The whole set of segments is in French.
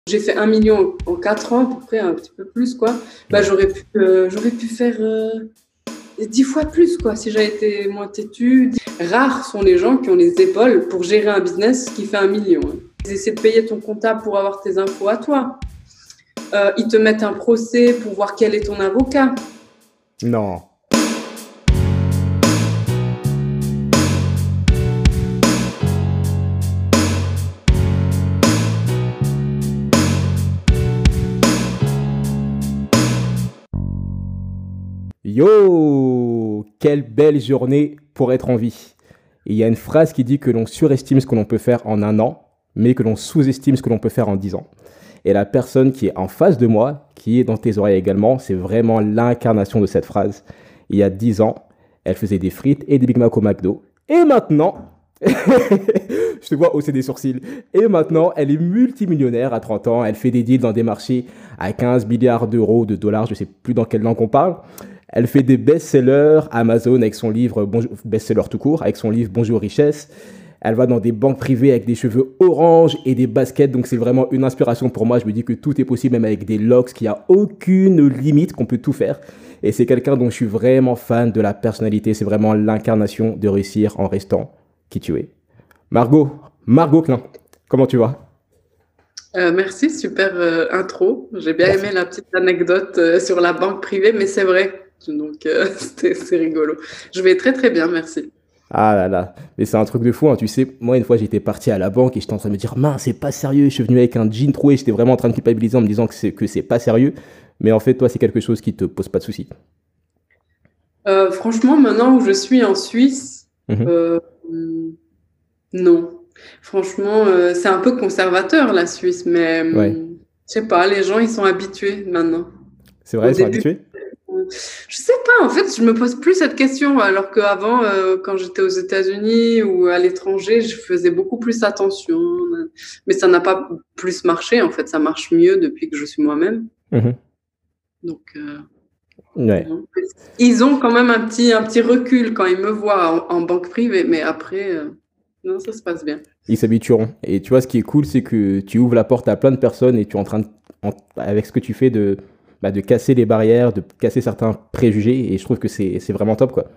j'ai fait 1 million en 4 ans, à peu près, un petit peu plus, quoi. Bah, j'aurais pu faire 10 fois plus, quoi, si j'avais été moins têtue. Rares sont les gens qui ont les épaules pour gérer un business qui fait 1 million. Ils essaient de payer ton comptable pour avoir tes infos à toi. Ils te mettent un procès pour voir quel est ton avocat. Non. Yo, quelle belle journée pour être en vie. Et il y a une phrase qui dit que l'on surestime ce que l'on peut faire en 1 an, mais que l'on sous-estime ce que l'on peut faire en 10 ans. Et la personne qui est en face de moi, qui est dans tes oreilles également, c'est vraiment l'incarnation de cette phrase. Il y a 10 ans, elle faisait des frites et des Big Mac au McDo. Et maintenant, je te vois hausser des sourcils. Et maintenant, elle est multimillionnaire à 30 ans. Elle fait des deals dans des marchés à 15 milliards d'euros, de dollars, je ne sais plus dans quelle langue on parle. Elle fait des best-sellers Amazon avec son livre, best-seller tout court, avec son livre Bonjour Richesse. Elle va dans des banques privées avec des cheveux orange et des baskets. Donc c'est vraiment une inspiration pour moi. Je me dis que tout est possible, même avec des locks, qu'il n'y a aucune limite, qu'on peut tout faire. Et c'est quelqu'un dont je suis vraiment fan de la personnalité. C'est vraiment l'incarnation de réussir en restant qui tu es. Margot Klein, comment tu vas? Merci, super intro. J'ai bien Merci. aimé la petite anecdote sur la banque privée, mais c'est vrai. Donc, c'est rigolo. Je vais très, très bien, merci. Ah là là, mais c'est un truc de fou, hein. Tu sais, moi une fois j'étais parti à la banque et j'étais en train de me dire, mince, c'est pas sérieux, je suis venu avec un jean troué, j'étais vraiment en train de culpabiliser en me disant que c'est pas sérieux, mais en fait toi c'est quelque chose qui te pose pas de soucis. Franchement, maintenant où je suis en Suisse, Mhm. euh, non. Franchement, c'est un peu conservateur, la Suisse, mais Ouais, je sais pas, les gens, ils sont habitués maintenant. c'est Au vrai, ils sont début, habitués? je sais pas, en fait, je me pose plus cette question, alors qu'avant, quand j'étais aux États-Unis ou à l'étranger, je faisais beaucoup plus attention. Mais ça n'a pas plus marché, en fait, ça marche mieux depuis que je suis moi-même. Mhm. Donc, Ouais, non. Ils ont quand même un petit recul quand ils me voient en banque privée, mais après, non, ça se passe bien. ils s'habitueront. Et tu vois, ce qui est cool, c'est que tu ouvres la porte à plein de personnes et tu es en train de, avec ce que tu fais de casser les barrières, de casser certains préjugés, et je trouve que c'est vraiment top, quoi.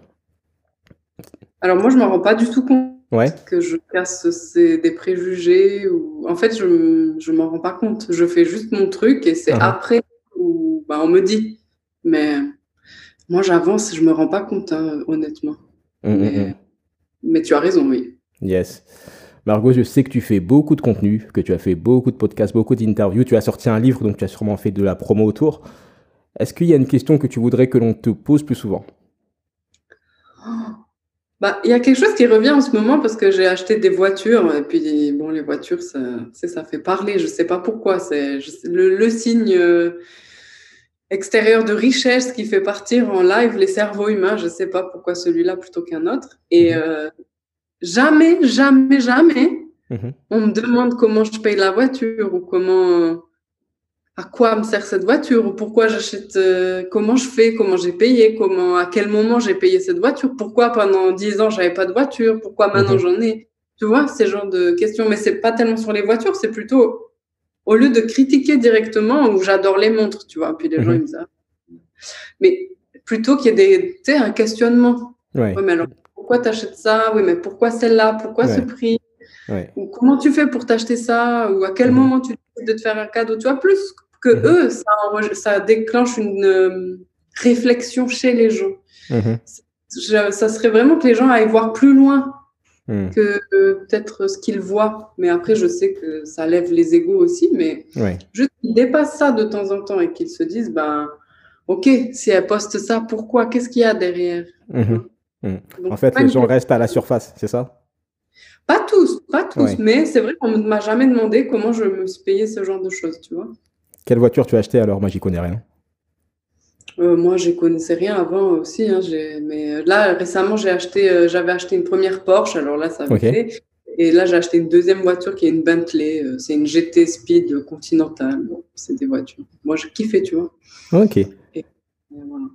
Alors moi, je m'en rends pas du tout compte Ouais. que je casse des préjugés ou en fait, je m'en rends pas compte. Je fais juste mon truc et c'est Mhm. après où bah, on me dit. Mais moi, j'avance, je me rends pas compte, hein, honnêtement. Mhm, Mais, mhm. mais tu as raison, oui. Yes. Margot, je sais que tu fais beaucoup de contenu, que tu as fait beaucoup de podcasts, beaucoup d'interviews. Tu as sorti un livre, donc tu as sûrement fait de la promo autour. Est-ce qu'il y a une question que tu voudrais que l'on te pose plus souvent? Bah, il y a quelque chose qui revient en ce moment parce que j'ai acheté des voitures et puis bon, les voitures, ça fait parler. Je sais pas pourquoi. C'est le signe extérieur de richesse qui fait partir en live les cerveaux humains. Je sais pas pourquoi celui-là plutôt qu'un autre. Et Mhm, jamais, jamais, jamais, mhm, on me demande comment je paye la voiture ou à quoi me sert cette voiture ou pourquoi j'achète, comment je fais, comment j'ai payé, à quel moment j'ai payé cette voiture, pourquoi pendant 10 ans j'avais pas de voiture, pourquoi maintenant mhm, j'en ai. Tu vois, ces genres de questions. Mais c'est pas tellement sur les voitures, c'est plutôt au lieu de critiquer directement où j'adore les montres, tu vois. Puis les gens ils me mhm. disent, ah. Mais plutôt qu'il y ait tu sais, un questionnement. Ouais, Oui, mais alors pourquoi t'achètes ça? Oui, mais pourquoi celle-là? Pourquoi ce ouais, prix? ouais. Ou comment tu fais pour t'acheter ça? Ou à quel Mhm, moment tu décides de te faire un cadeau? Tu vois, plus que mhm, eux, ça déclenche une réflexion chez les gens. mhm, Ça serait vraiment que les gens aillent voir plus loin mhm. que peut-être ce qu'ils voient. Mais après, je sais que ça lève les égos aussi, mais Ouais. juste qu'ils dépassent ça de temps en temps et qu'ils se disent, ben, OK, si elle poste ça, pourquoi? Qu'est-ce qu'il y a derrière? Tu Mhm, vois? mhm. Donc, En c'est fait, pas les une gens question. restent à la surface, c'est ça? Pas tous, Ouais. mais c'est vrai qu'on ne m'a jamais demandé comment je me suis payé ce genre de choses, tu vois. Quelle voiture tu as acheté alors? Moi, j'y connais rien. Moi, je connaissais rien avant aussi, hein, mais là, récemment, j'avais acheté une première Porsche, alors là, ça avait Ok. fait. Et là, j'ai acheté une deuxième voiture qui est une Bentley, c'est une GT Speed Continental. Bon, c'est des voitures. Moi, j'ai kiffé, tu vois. Ok. Et voilà.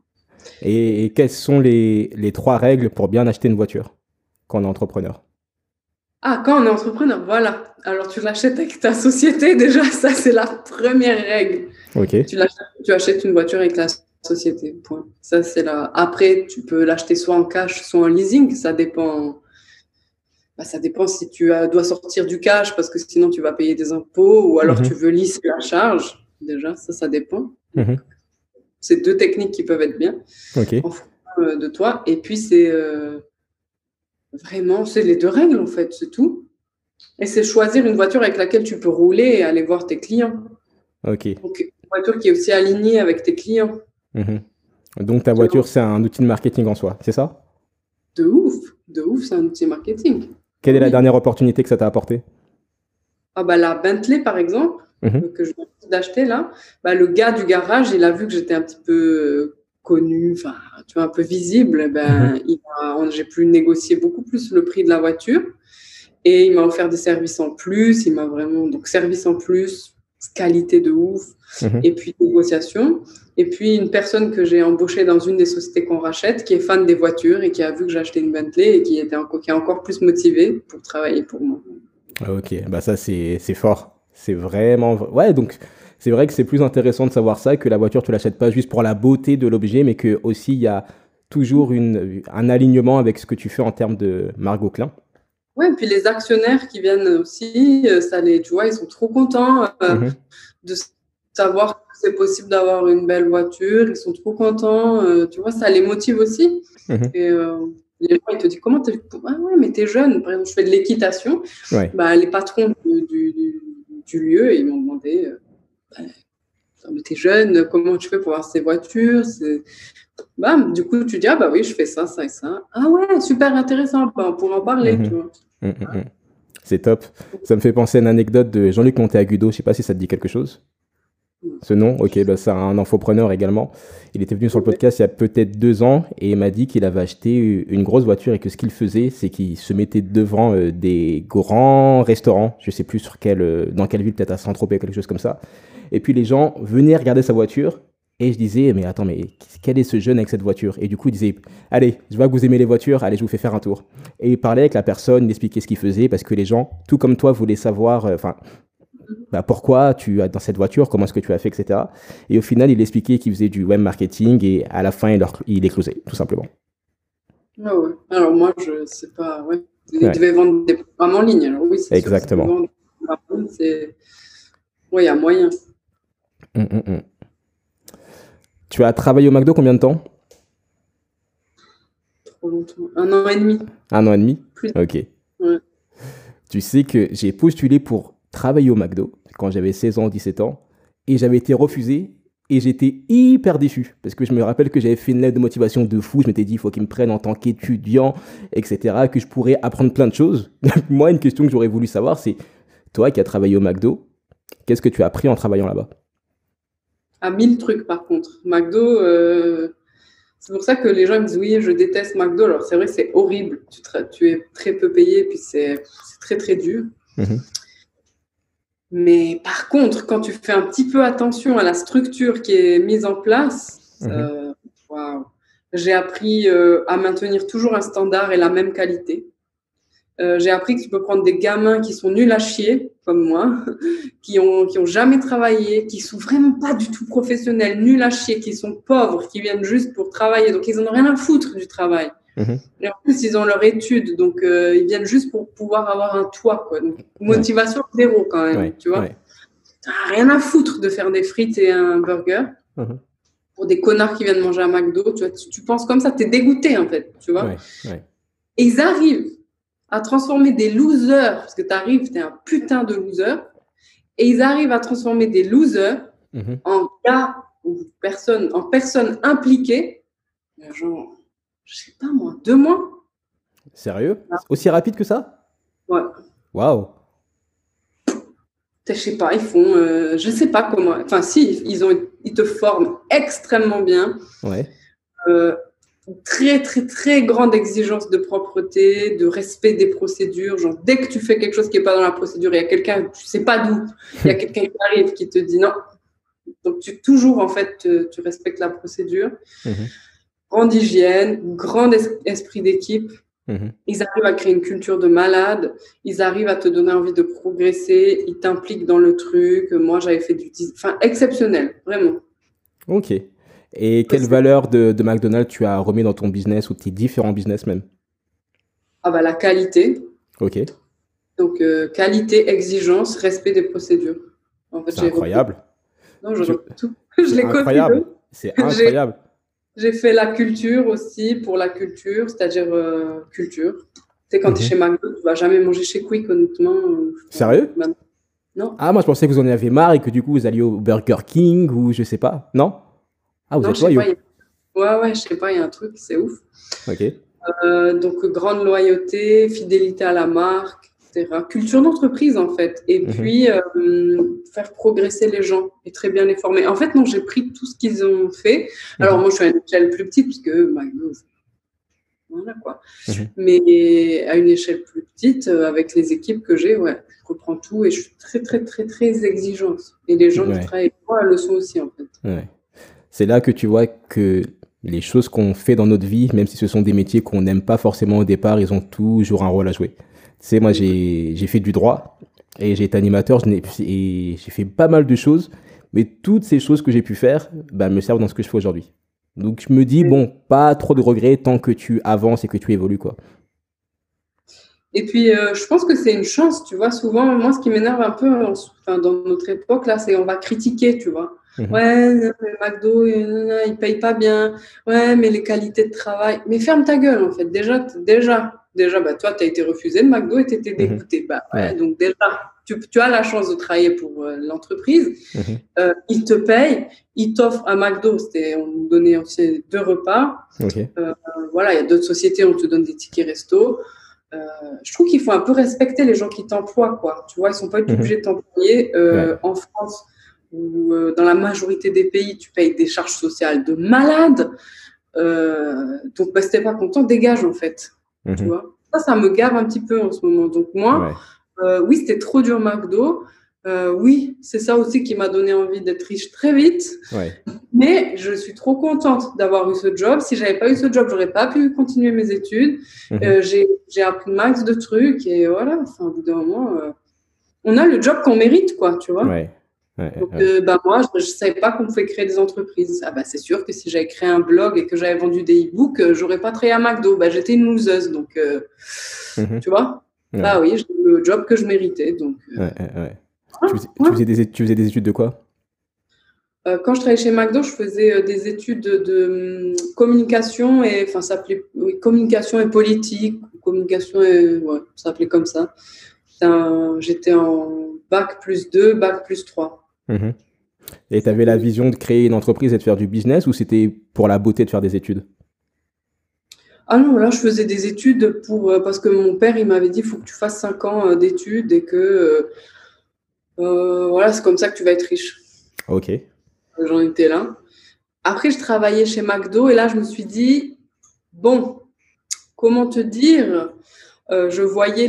Et quelles sont les 3 règles pour bien acheter une voiture quand on est entrepreneur? Ah, quand on est entrepreneur, voilà. Alors, tu l'achètes avec ta société, déjà, ça, c'est la première règle. Ok. Tu achètes une voiture avec la société, point. Ça, c'est là. Après, tu peux l'acheter soit en cash, soit en leasing. Ça dépend. Bah, ça dépend si tu dois sortir du cash parce que sinon tu vas payer des impôts ou alors tu Mhm. veux lisser la charge. Déjà, ça dépend. Donc, Mhm. c'est deux techniques qui peuvent être bien Ok. en fonction de toi. Et puis, c'est vraiment, c'est les deux règles en fait, c'est tout. Et c'est choisir une voiture avec laquelle tu peux rouler et aller voir tes clients. Ok. Donc, une voiture qui est aussi alignée avec tes clients. Mhm. Donc ta Tu vois. voiture, c'est un outil de marketing en soi, c'est ça? De ouf, c'est un outil marketing. Ah Quelle est la oui. dernière opportunité que ça t'a apporté? Ah bah, la Bentley, par exemple, Mhm. que je viens d'acheter là, bah, le gars du garage, il a vu que j'étais un petit peu connue, enfin, tu vois, un peu visible. Mhm. J'ai pu négocier beaucoup plus le prix de la voiture et il m'a offert des services en plus. Il m'a vraiment, donc, service en plus, qualité de ouf, Mhm. et puis négociation. Et puis, une personne que j'ai embauchée dans une des sociétés qu'on rachète, qui est fan des voitures et qui a vu que j'ai acheté une Bentley et qui est encore plus motivée pour travailler pour moi. Ok, bah ça c'est fort. C'est vraiment... Ouais, donc c'est vrai que c'est plus intéressant de savoir ça, que la voiture, tu l'achètes pas juste pour la beauté de l'objet, mais que aussi il y a toujours un alignement avec ce que tu fais en termes de Margot Klein. Ouais, puis les actionnaires qui viennent aussi, tu vois, ils sont trop contents Mhm. de savoir que c'est possible d'avoir une belle voiture. Ils sont trop contents, tu vois, ça les motive aussi. Mhm. Et les gens, ils te disent, comment t'es... Ah ouais, mais t'es jeune. Par exemple, je fais de l'équitation. Ouais. Bah, les patrons du lieu, ils m'ont demandé, bah, mais t'es jeune, comment tu fais pour avoir ces voitures? Bah, du coup, tu dis, ah bah oui, je fais ça, ça et ça. Ah ouais, super intéressant, bah, on pourra en parler, tu Mhm. vois. Mhm, mhm. C'est top. Ça me fait penser à une anecdote de Jean-Luc Monteagudo. Je sais pas si ça te dit quelque chose. Ce nom, ok, bah, c'est un infopreneur également. Il était venu sur le podcast il y a peut-être 2 ans et il m'a dit qu'il avait acheté une grosse voiture et que ce qu'il faisait, c'est qu'il se mettait devant des grands restaurants, je sais plus dans quelle ville, peut-être à Saint-Tropez, quelque chose comme ça. Et puis les gens venaient regarder sa voiture et je disais, mais attends, mais quel est ce jeune avec cette voiture? Et du coup, il disait, allez, je vois que vous aimez les voitures, allez, je vous fais faire un tour. Et il parlait avec la personne, il expliquait ce qu'il faisait parce que les gens, tout comme toi, voulaient savoir, enfin, bah, pourquoi tu as dans cette voiture, comment est-ce que tu as fait, etc. Et au final, il expliquait qu'il faisait du web marketing et à la fin, il les closait, tout simplement. Ah ouais. Alors moi, je sais pas. Ouais. Il Ouais, devait vendre des programmes en ligne. Alors oui, c'est sûr que ça peut exactement. vendre des programmes en ligne. Oui, il y a moyen. Hum, hum, hum. Tu as travaillé au McDo combien de temps? Trop longtemps. 1 an et demi. 1 an et demi? Plus. Ok. Ouais. Tu sais que j'ai postulé pour travailler au McDo quand j'avais 16 ans, 17 ans, et j'avais été refusé, et j'étais hyper déçu, parce que je me rappelle que j'avais fait une lettre de motivation de fou, je m'étais dit, il faut qu'ils me prennent en tant qu'étudiant, etc., que je pourrais apprendre plein de choses. Moi, une question que j'aurais voulu savoir, c'est, toi qui as travaillé au McDo, qu'est-ce que tu as appris en travaillant là-bas? À 1000 trucs, par contre. McDo, c'est pour ça que les gens me disent, oui, je déteste McDo. Alors c'est vrai, c'est horrible. Tu es très peu payé, puis c'est très, très dur. Mhm, Mais par contre, quand tu fais un petit peu attention à la structure qui est mise en place, mhm, waouh. J'ai appris à maintenir toujours un standard et la même qualité. J'ai appris que tu peux prendre des gamins qui sont nuls à chier, comme moi, qui ont jamais travaillé, qui sont vraiment pas du tout professionnels, nuls à chier, qui sont pauvres, qui viennent juste pour travailler. Donc, ils en ont rien à foutre du travail. mhm. Et en plus, ils ont leur étude, donc ils viennent juste pour pouvoir avoir un toit, quoi. Donc, Ouais, motivation zéro quand même, ouais, tu vois. ouais. T'as rien à foutre de faire des frites et un burger Mhm. pour des connards qui viennent manger à McDo. Tu vois, tu penses comme ça, t'es dégoûté en fait, tu vois. Ouais, ouais. Et ils arrivent à transformer des losers, parce que t'arrives, t'es un putain de loser, et ils arrivent à transformer des losers Mhm. en gars ou personnes impliquées, genre, je sais pas moi, 2 mois. Sérieux? Aussi rapide que ça? Ouais. Waouh. Je sais pas, ils font, je sais pas comment. Enfin, si, ils te forment extrêmement bien. Ouais. Euh, Très, très, très grande exigence de propreté, de respect des procédures. Genre, dès que tu fais quelque chose qui n'est pas dans la procédure, il y a quelqu'un, tu sais pas d'où, il y a quelqu'un qui arrive qui te dit non. Donc, toujours, en fait, tu respectes la procédure. Mhm. Grande hygiène, grand esprit d'équipe. Mhm. Ils arrivent à créer une culture de malade, ils arrivent à te donner envie de progresser, ils t'impliquent dans le truc. Moi, j'avais fait enfin, exceptionnel, vraiment. Ok. Et Ouais, quelle valeur de McDonald's tu as remis dans ton business ou tes différents business même? Ah bah, la qualité. Ok. Donc, qualité, exigence, respect des procédures. En fait, C'est j'ai repris. incroyable. Non, je Tu- reprends tout. Je C'est l'ai copié incroyable. d'eux. C'est J'ai incroyable. j'ai fait la culture aussi pour la culture, c'est-à-dire culture. Tu sais, quand tu es Mhm. chez McDo, tu vas jamais manger chez Quick, honnêtement. Sérieux? Bah, non. Ah, moi je pensais que vous en avez marre et que du coup vous alliez au Burger King ou je sais pas. Non? Ah, vous Non, êtes je sais pas. loyaux. Ouais, je sais pas, il y a un truc, c'est ouf. Ok. Donc, grande loyauté, fidélité à la marque, etc. Culture d'entreprise, en fait. Et Mhm. puis, faire progresser les gens et très bien les former. En fait, non, j'ai pris tout ce qu'ils ont fait. Alors, Mhm. moi, je suis à une échelle plus petite, puisque McDo, voilà quoi. Mhm. Mais à une échelle plus petite, avec les équipes que j'ai, ouais, je reprends tout et je suis très, très, très, très exigeante. Et les gens qui Ouais. travaillent avec moi le sont aussi, en fait. Ouais. C'est là que tu vois que les choses qu'on fait dans notre vie, même si ce sont des métiers qu'on n'aime pas forcément au départ, ils ont toujours un rôle à jouer. Tu sais, moi, j'ai fait du droit et j'ai été animateur et j'ai fait pas mal de choses, mais toutes ces choses que j'ai pu faire bah, me servent dans ce que je fais aujourd'hui. Donc, je me dis, bon, pas trop de regrets tant que tu avances et que tu évolues, quoi. Et puis, je pense que c'est une chance, tu vois. Souvent, moi, ce qui m'énerve un peu enfin, dans notre époque, là, c'est on va critiquer, tu vois. Mhm. Ouais, le McDo, il paye pas bien. Ouais, mais les qualités de travail. Mais ferme ta gueule, en fait. Déjà, bah, toi, tu as été refusé de McDo et tu étais Mhm. dégoûté. Bah, ouais, Ouais. donc déjà, tu as la chance de travailler pour l'entreprise. Mhm. Ils te payent, ils t'offrent à McDo, on nous donnait aussi 2 repas. Ok. Voilà, il y a d'autres sociétés, on te donne des tickets resto. Euh, je trouve qu'il faut un peu respecter les gens qui t'emploient, quoi. Tu vois, ils sont pas Mhm. obligés de t'employer. Ouais. En France, ou dans la majorité des pays, tu payes des charges sociales de malade. Donc, bah, si t'es pas content, dégage, en fait. Tu Mhm. vois. Ça me gave un petit peu en ce moment. Donc, moi, Ouais. oui, c'était trop dur, McDo. Oui, c'est ça aussi qui m'a donné envie d'être riche très vite. Ouais. Mais je suis trop contente d'avoir eu ce job. Si j'avais pas eu ce job, j'aurais pas pu continuer mes études. Mhm. J'ai appris max de trucs et voilà. Enfin, au bout d'un moment, on a le job qu'on mérite, quoi, tu vois. Ouais. Ouais. Donc, Ouais. bah moi, je savais pas qu'on pouvait créer des entreprises. Ah bah c'est sûr que si j'avais créé un blog et que j'avais vendu des e-books, j'aurais pas travaillé à McDo. Bah j'étais une loseuse. Donc, Mhm. tu vois. Là, Ouais. oui, j'ai eu le job que je méritais. Donc, Ouais. Ouais. Ouais. voilà. Tu faisais des études de quoi? Quand je travaillais chez McDo, je faisais des études de communication et enfin ça s'appelait oui, communication et politique, communication et ouais, ça s'appelait comme ça. J'étais en bac+2, bac+3. Mhm. Et tu Ça avais la communique. vision de créer une entreprise et de faire du business ou c'était pour la beauté de faire des études? Ah non, là je faisais des études pour parce que mon père il m'avait dit il faut que tu fasses 5 ans d'études et que voilà c'est comme ça que tu vas être riche. Ok. J'en étais là. Après je travaillais chez McDo et là je me suis dit bon comment te dire je voyais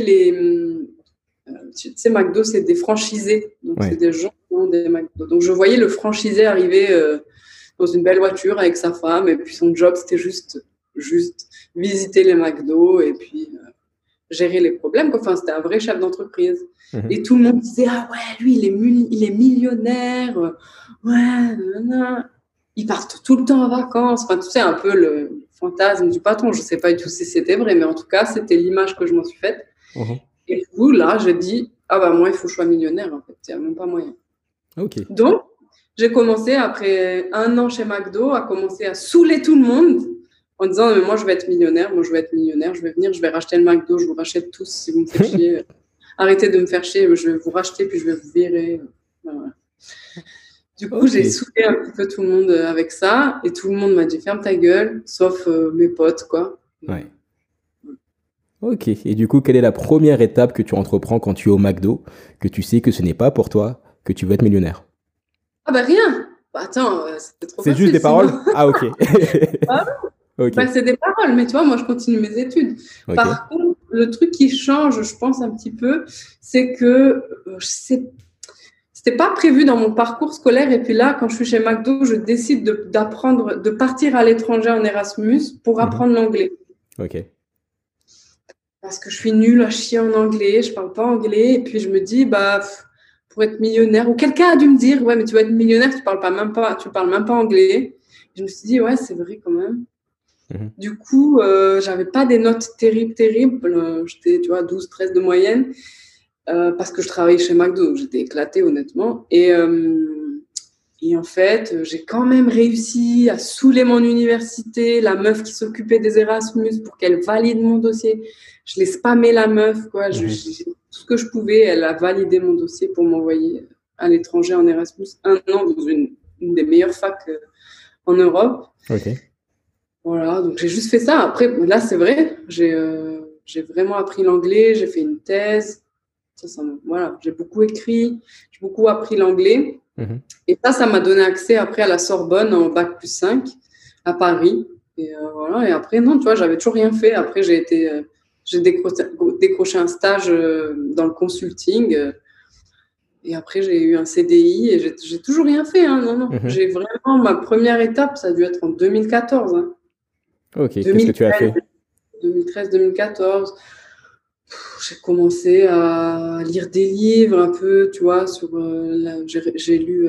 tu sais, McDo, c'est des franchisés. Donc, c'est Ouais. des gens qui ont des McDo. Donc, je voyais le franchisé arriver dans une belle voiture avec sa femme. Et puis, son job, c'était juste visiter les McDo et puis gérer les problèmes, quoi. Enfin, c'était un vrai chef d'entreprise. Mhm. Et tout le monde disait, ah ouais, lui, il est millionnaire. Ouais, nanana. Ils partent tout le temps en vacances. Enfin, tu sais, un peu le fantasme du patron. Je sais pas du tout si c'était vrai, mais en tout cas, c'était l'image que je m'en suis faite. Mhm. Et du coup, là, j'ai dit, ah bah moi, il faut que je sois millionnaire, en fait. Il n'y a même pas moyen. Ok. Donc, j'ai commencé, après 1 an chez McDo, à commencer à saouler tout le monde en disant, mais moi, je vais être millionnaire, moi, je vais être millionnaire, je vais venir, je vais racheter le McDo, je vous rachète tous si vous me faites chier. Arrêtez de me faire chier, je vais vous racheter, puis je vais vous virer. Voilà. Du coup, Ok. j'ai saoulé un petit peu tout le monde avec ça, et tout le monde m'a dit, ferme ta gueule, sauf mes potes, quoi. Ouais. Ok. Et du coup, quelle est la première étape que tu entreprends quand tu es au McDo, que tu sais que ce n'est pas pour toi, que tu veux être millionnaire? Ah bah rien. Bah, attends, c'était trop C'est juste facile des paroles? sinon. Ah, ok. Ok. Bah, c'est des paroles, mais tu vois, moi, je continue mes études. Ok. Par contre, le truc qui change, je pense, un petit peu, c'est que c'était pas prévu dans mon parcours scolaire. Et puis là, quand je suis chez McDo, je décide d'apprendre, de partir à l'étranger en Erasmus pour Mhm. apprendre l'anglais. Ok. parce que je suis nulle à chier en anglais, je parle pas anglais. Et puis je me dis, pour être millionnaire, ou quelqu'un a dû me dire, ouais, mais tu vas être millionnaire, tu parles même pas anglais. Je me suis dit, ouais, c'est vrai quand même. Mhm. Du coup, j'avais pas des notes terribles. J'étais, tu vois, 12, 13 de moyenne, parce que je travaillais chez McDo, donc j'étais éclatée, honnêtement. Et en fait, j'ai quand même réussi à saouler mon université, la meuf qui s'occupait des Erasmus pour qu'elle valide mon dossier. Je l'ai spammé la meuf, quoi. Mhm. J'ai tout ce que je pouvais. Elle a validé mon dossier pour m'envoyer à l'étranger en Erasmus, 1 an dans une des meilleures facs en Europe. Ok. Voilà, donc j'ai juste fait ça. Après, là, c'est vrai, j'ai vraiment appris l'anglais, j'ai fait une thèse. Voilà, j'ai beaucoup écrit, j'ai beaucoup appris l'anglais. Mhm. Et ça m'a donné accès après à la Sorbonne en bac+5 à Paris. Et voilà. Et après, non, tu vois, j'avais toujours rien fait. Après, j'ai décroché un stage dans le consulting. Et après, j'ai eu un CDI et j'ai toujours rien fait. Hein, non, non. Mhm. J'ai vraiment ma première étape, ça a dû être en 2014. Hein. Ok, qu'est-ce que tu as fait? 2013-2014. J'ai commencé à lire des livres un peu, tu vois, j'ai lu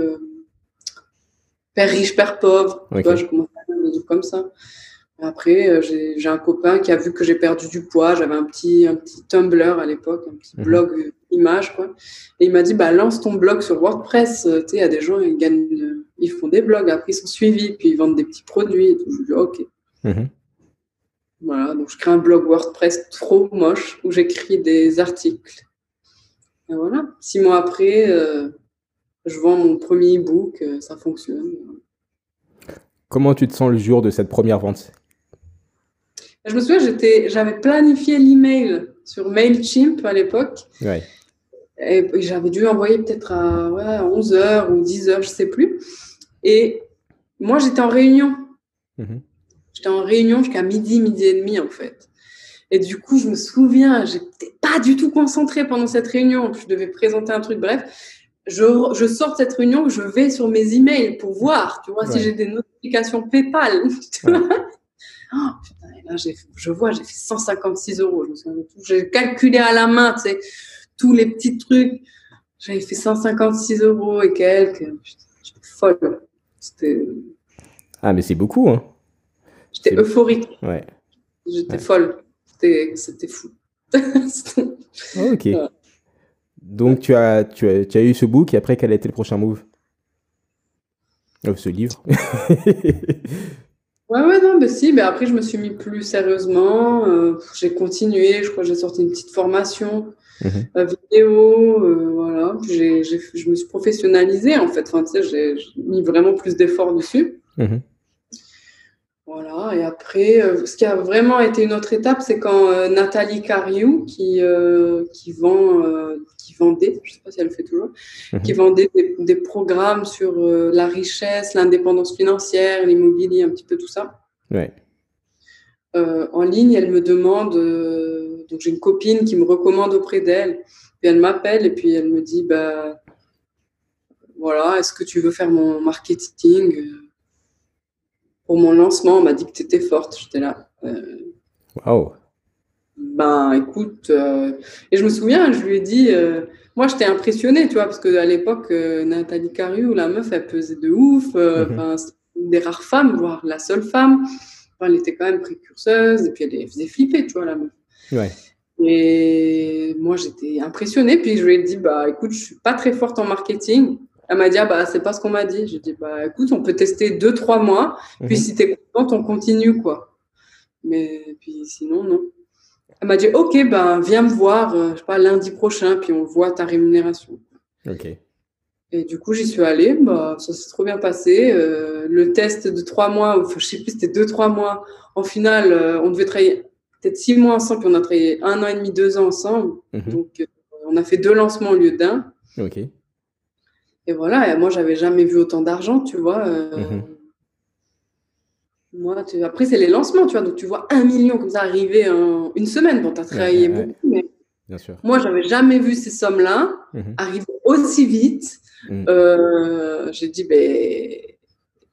Père riche, Père pauvre, tu vois, Ok. je commençais à lire des livres comme ça. Après, j'ai un copain qui a vu que j'ai perdu du poids. J'avais un petit Tumblr à l'époque, un petit Mhm. blog image, quoi. Et il m'a dit, lance ton blog sur WordPress. Tu sais, il y a des gens, ils font des blogs, après ils sont suivis, puis ils vendent des petits produits et tout. Je lui dis, ok. Mhm. Voilà, donc je crée un blog WordPress trop moche où j'écris des articles. Et voilà, 6 mois après, je vends mon premier e-book, ça fonctionne. Comment tu te sens le jour de cette première vente? Je me souviens, j'avais planifié l'email sur Mailchimp à l'époque. Ouais. Et j'avais dû envoyer peut-être à 11 heures ou 10 heures, je sais plus. Et moi, j'étais en réunion. Mhm. J'étais en réunion jusqu'à midi et demi, en fait. Et du coup, je me souviens, j'étais pas du tout concentrée pendant cette réunion. Je devais présenter un truc, bref. Je sors de cette réunion, je vais sur mes emails pour voir, tu vois, si j'ai Ouais. des notifications PayPal. Tu Ouais. vois. Oh, putain, et là, j'ai fait 156 euros. Je me souviens de tout. J'ai calculé à la main, tu sais, tous les petits trucs. J'avais fait 156 euros et quelques. Putain, j'étais folle. C'était, Ah, mais c'est beaucoup, hein. j'étais C'est... euphorique. Ouais. J'étais Ouais. folle. C'était fou. C'était- Ok. ouais. Donc, tu as eu ce book et après, quel a été le prochain move? Ce livre. Ouais, non, mais si, mais après, je me suis mis plus sérieusement. J'ai continué, je crois que j'ai sorti une petite formation Mhm. vidéo, voilà. Puis je me suis professionnalisée, en fait. Enfin, tu sais, j'ai mis vraiment plus d'efforts dessus. Mhm. Voilà. Et après, ce qui a vraiment été une autre étape, c'est quand Nathalie Cariou, qui vendait, je sais pas si elle le fait toujours, qui Mhm. vendait des programmes sur la richesse, l'indépendance financière, l'immobilier, un petit peu tout ça. Ouais. En ligne, elle me demande, donc j'ai une copine qui me recommande auprès d'elle, puis elle m'appelle et puis elle me dit, voilà, est-ce que tu veux faire mon marketing pour mon lancement? On m'a dit que tu étais forte. J'étais là. Waouh. Écoute, et je me souviens, je lui ai dit, moi j'étais impressionnée, tu vois, parce qu'à l'époque, Nathalie Cariou, la meuf, elle pesait de ouf, Mhm. c'était une des rares femmes, voire la seule femme. Enfin, elle était quand même précurseuse, et puis elle faisait flipper, tu vois, la meuf. Ouais. Et moi, j'étais impressionnée. Puis je lui ai dit, écoute, je suis pas très forte en marketing. Elle m'a dit, c'est pas ce qu'on m'a dit. J'ai dit, écoute, on peut tester 2, 3 mois. Puis Mhm. si t'es contente, on continue, quoi. Mais puis sinon, non. Elle m'a dit, ok, viens me voir, je sais pas, lundi prochain, puis on voit ta rémunération. Ok. Et du coup, j'y suis allée. Ça s'est trop bien passé. Le test de 3 mois, enfin, je sais plus, c'était 2, 3 mois. En finale, on devait travailler peut-être 6 mois ensemble, puis on a travaillé 1 an et demi, 2 ans ensemble. Mhm. Donc, on a fait 2 lancements au lieu d'un. Ok. Et voilà, et moi, j'avais jamais vu autant d'argent, tu vois. Mhm. Moi, après, c'est les lancements, tu vois. Donc, tu vois 1 million comme ça arriver en une semaine. Bon, tu as Ouais, ouais, travaillé ouais. beaucoup, mais Bien sûr. moi, j'avais jamais vu ces sommes-là Mhm. arriver aussi vite. Mhm. J'ai dit,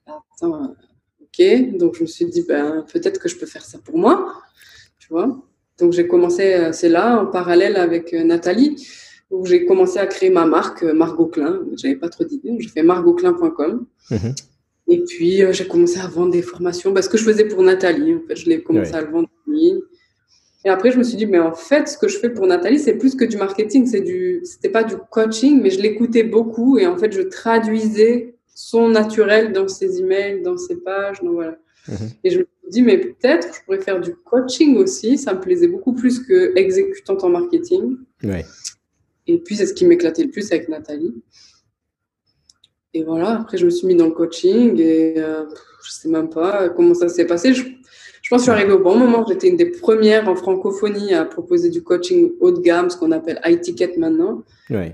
attends, ok. Donc, je me suis dit, peut-être que je peux faire ça pour moi, tu vois. Donc, j'ai commencé, c'est là, en parallèle avec Nathalie, où j'ai commencé à créer ma marque, Margot Klein. J'avais pas trop d'idées, donc j'ai fait margotclein.com. Mhm. Et puis, j'ai commencé à vendre des formations, parce que je faisais pour Nathalie. En fait, je l'ai commencé Ouais. à le vendre en ligne. Et après, je me suis dit, mais en fait, ce que je fais pour Nathalie, c'est plus que du marketing, c'était pas du coaching, mais je l'écoutais beaucoup et en fait, je traduisais son naturel dans ses emails, dans ses pages, donc voilà. Mhm. Et je me suis dit, mais peut-être je pourrais faire du coaching aussi, ça me plaisait beaucoup plus que exécutante en marketing. Ouais. Et puis, c'est ce qui m'éclatait le plus avec Nathalie. Et voilà, après, je me suis mis dans le coaching et je sais même pas comment ça s'est passé. Je pense que je suis arrivée au bon moment. J'étais une des premières en francophonie à proposer du coaching haut de gamme, ce qu'on appelle high ticket maintenant. Ouais.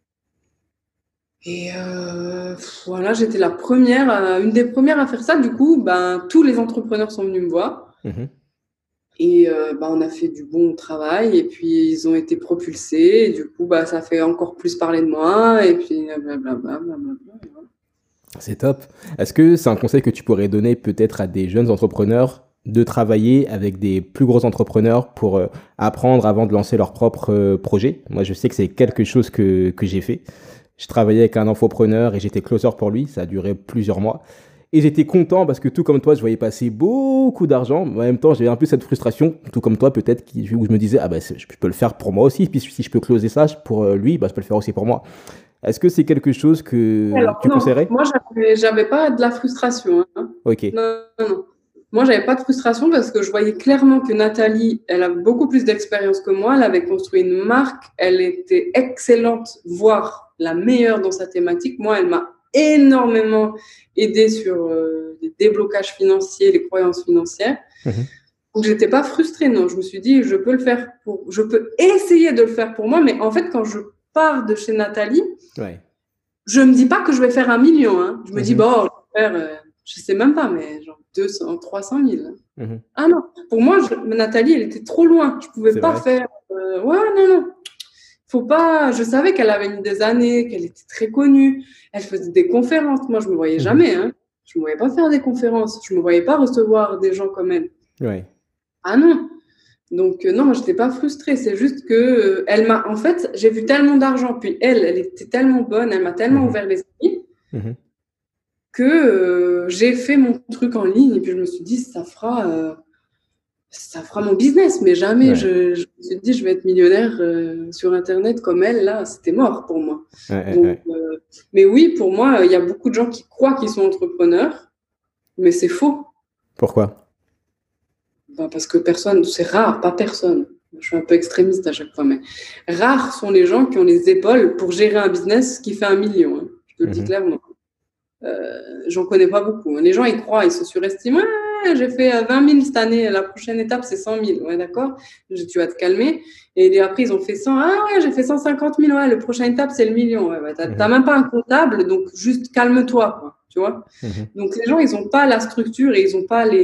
Et voilà, j'étais une des premières à faire ça. Du coup, ben, tous les entrepreneurs sont venus me voir. Mhm. Et ben, on a fait du bon travail. Et puis, ils ont été propulsés. Et du coup, ben, ça fait encore plus parler de moi. Et puis, blablabla. Blablabla. C'est top. Est-ce que c'est un conseil que tu pourrais donner peut-être à des jeunes entrepreneurs de travailler avec des plus gros entrepreneurs pour apprendre avant de lancer leur propre projet? Moi, je sais que c'est quelque chose que j'ai fait. Je travaillais avec un infopreneur et j'étais closer pour lui. Ça a duré plusieurs mois. Et j'étais content parce que tout comme toi, je voyais passer beaucoup d'argent. Mais en même temps, j'avais un peu cette frustration, tout comme toi peut-être, où je me disais, ah bah, je peux le faire pour moi aussi. Puis si je peux closer ça pour lui, bah, je peux le faire aussi pour moi. Est-ce que c'est quelque chose que Alors, tu non, conseillerais? moi, j'avais pas de la frustration, hein. Ok. Non, non, non. Moi, j'avais pas de frustration parce que je voyais clairement que Nathalie, elle a beaucoup plus d'expérience que moi. Elle avait construit une marque. Elle était excellente, voire la meilleure dans sa thématique. Moi, elle m'a énormément aidée sur les déblocages financiers, les croyances financières. Mhm. Donc, j'étais pas frustrée, non. Je me suis dit, je peux essayer de le faire pour moi. Mais en fait, quand je pars de chez Nathalie, Ouais. je me dis pas que je vais faire 1 million, hein. Je me dis, Mhm. bon, je vais faire, je sais même pas, mais genre 200, 300 000. Hein. Mhm. Ah non, pour moi, Nathalie, elle était trop loin. Je pouvais C'est pas vrai. faire. Ouais, non, non. Faut pas. Je savais qu'elle avait mis des années, qu'elle était très connue. Elle faisait des conférences. Moi, je me voyais Mhm. jamais, hein. Je me voyais pas faire des conférences. Je me voyais pas recevoir des gens comme elle. Ouais. Ah non. Donc non, moi j'étais pas frustrée. C'est juste que elle m'a. En fait, j'ai vu tellement d'argent. Puis elle était tellement bonne. Elle m'a tellement Mhm. ouvert l'esprit Mhm. que j'ai fait mon truc en ligne. Et puis je me suis dit, ça fera mon business. Mais jamais Ouais. je me suis dit, je vais être millionnaire sur Internet comme elle. Là, c'était mort pour moi. Ouais, ouais, Donc, ouais. mais oui, pour moi, il y a beaucoup de gens qui croient qu'ils sont entrepreneurs, mais c'est faux. Pourquoi? Ben, parce que personne, c'est rare, pas personne. Je suis un peu extrémiste à chaque fois, mais rares sont les gens qui ont les épaules pour gérer un business qui fait 1 million. Hein. Je te le dis Mhm. clairement. J'en connais pas beaucoup. Hein. Les gens, ils croient, ils se surestiment. Ouais, j'ai fait 20 000 cette année, la prochaine étape, c'est 100 000. Ouais, d'accord, tu vas te calmer. Et après, ils ont fait 100. Ah ouais, j'ai fait 150 000. Ouais, la prochaine étape, c'est le million. Ouais, ouais, t'as Mhm. même pas un comptable, donc juste calme-toi, quoi. Tu vois. Mhm. Donc, les gens, ils ont pas la structure et ils ont pas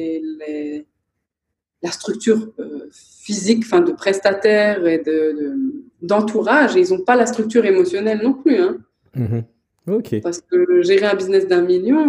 la structure physique, enfin de prestataire et d'entourage, et ils n'ont pas la structure émotionnelle non plus. Hein. Mhm. Ok. Parce que gérer un business d'1 million,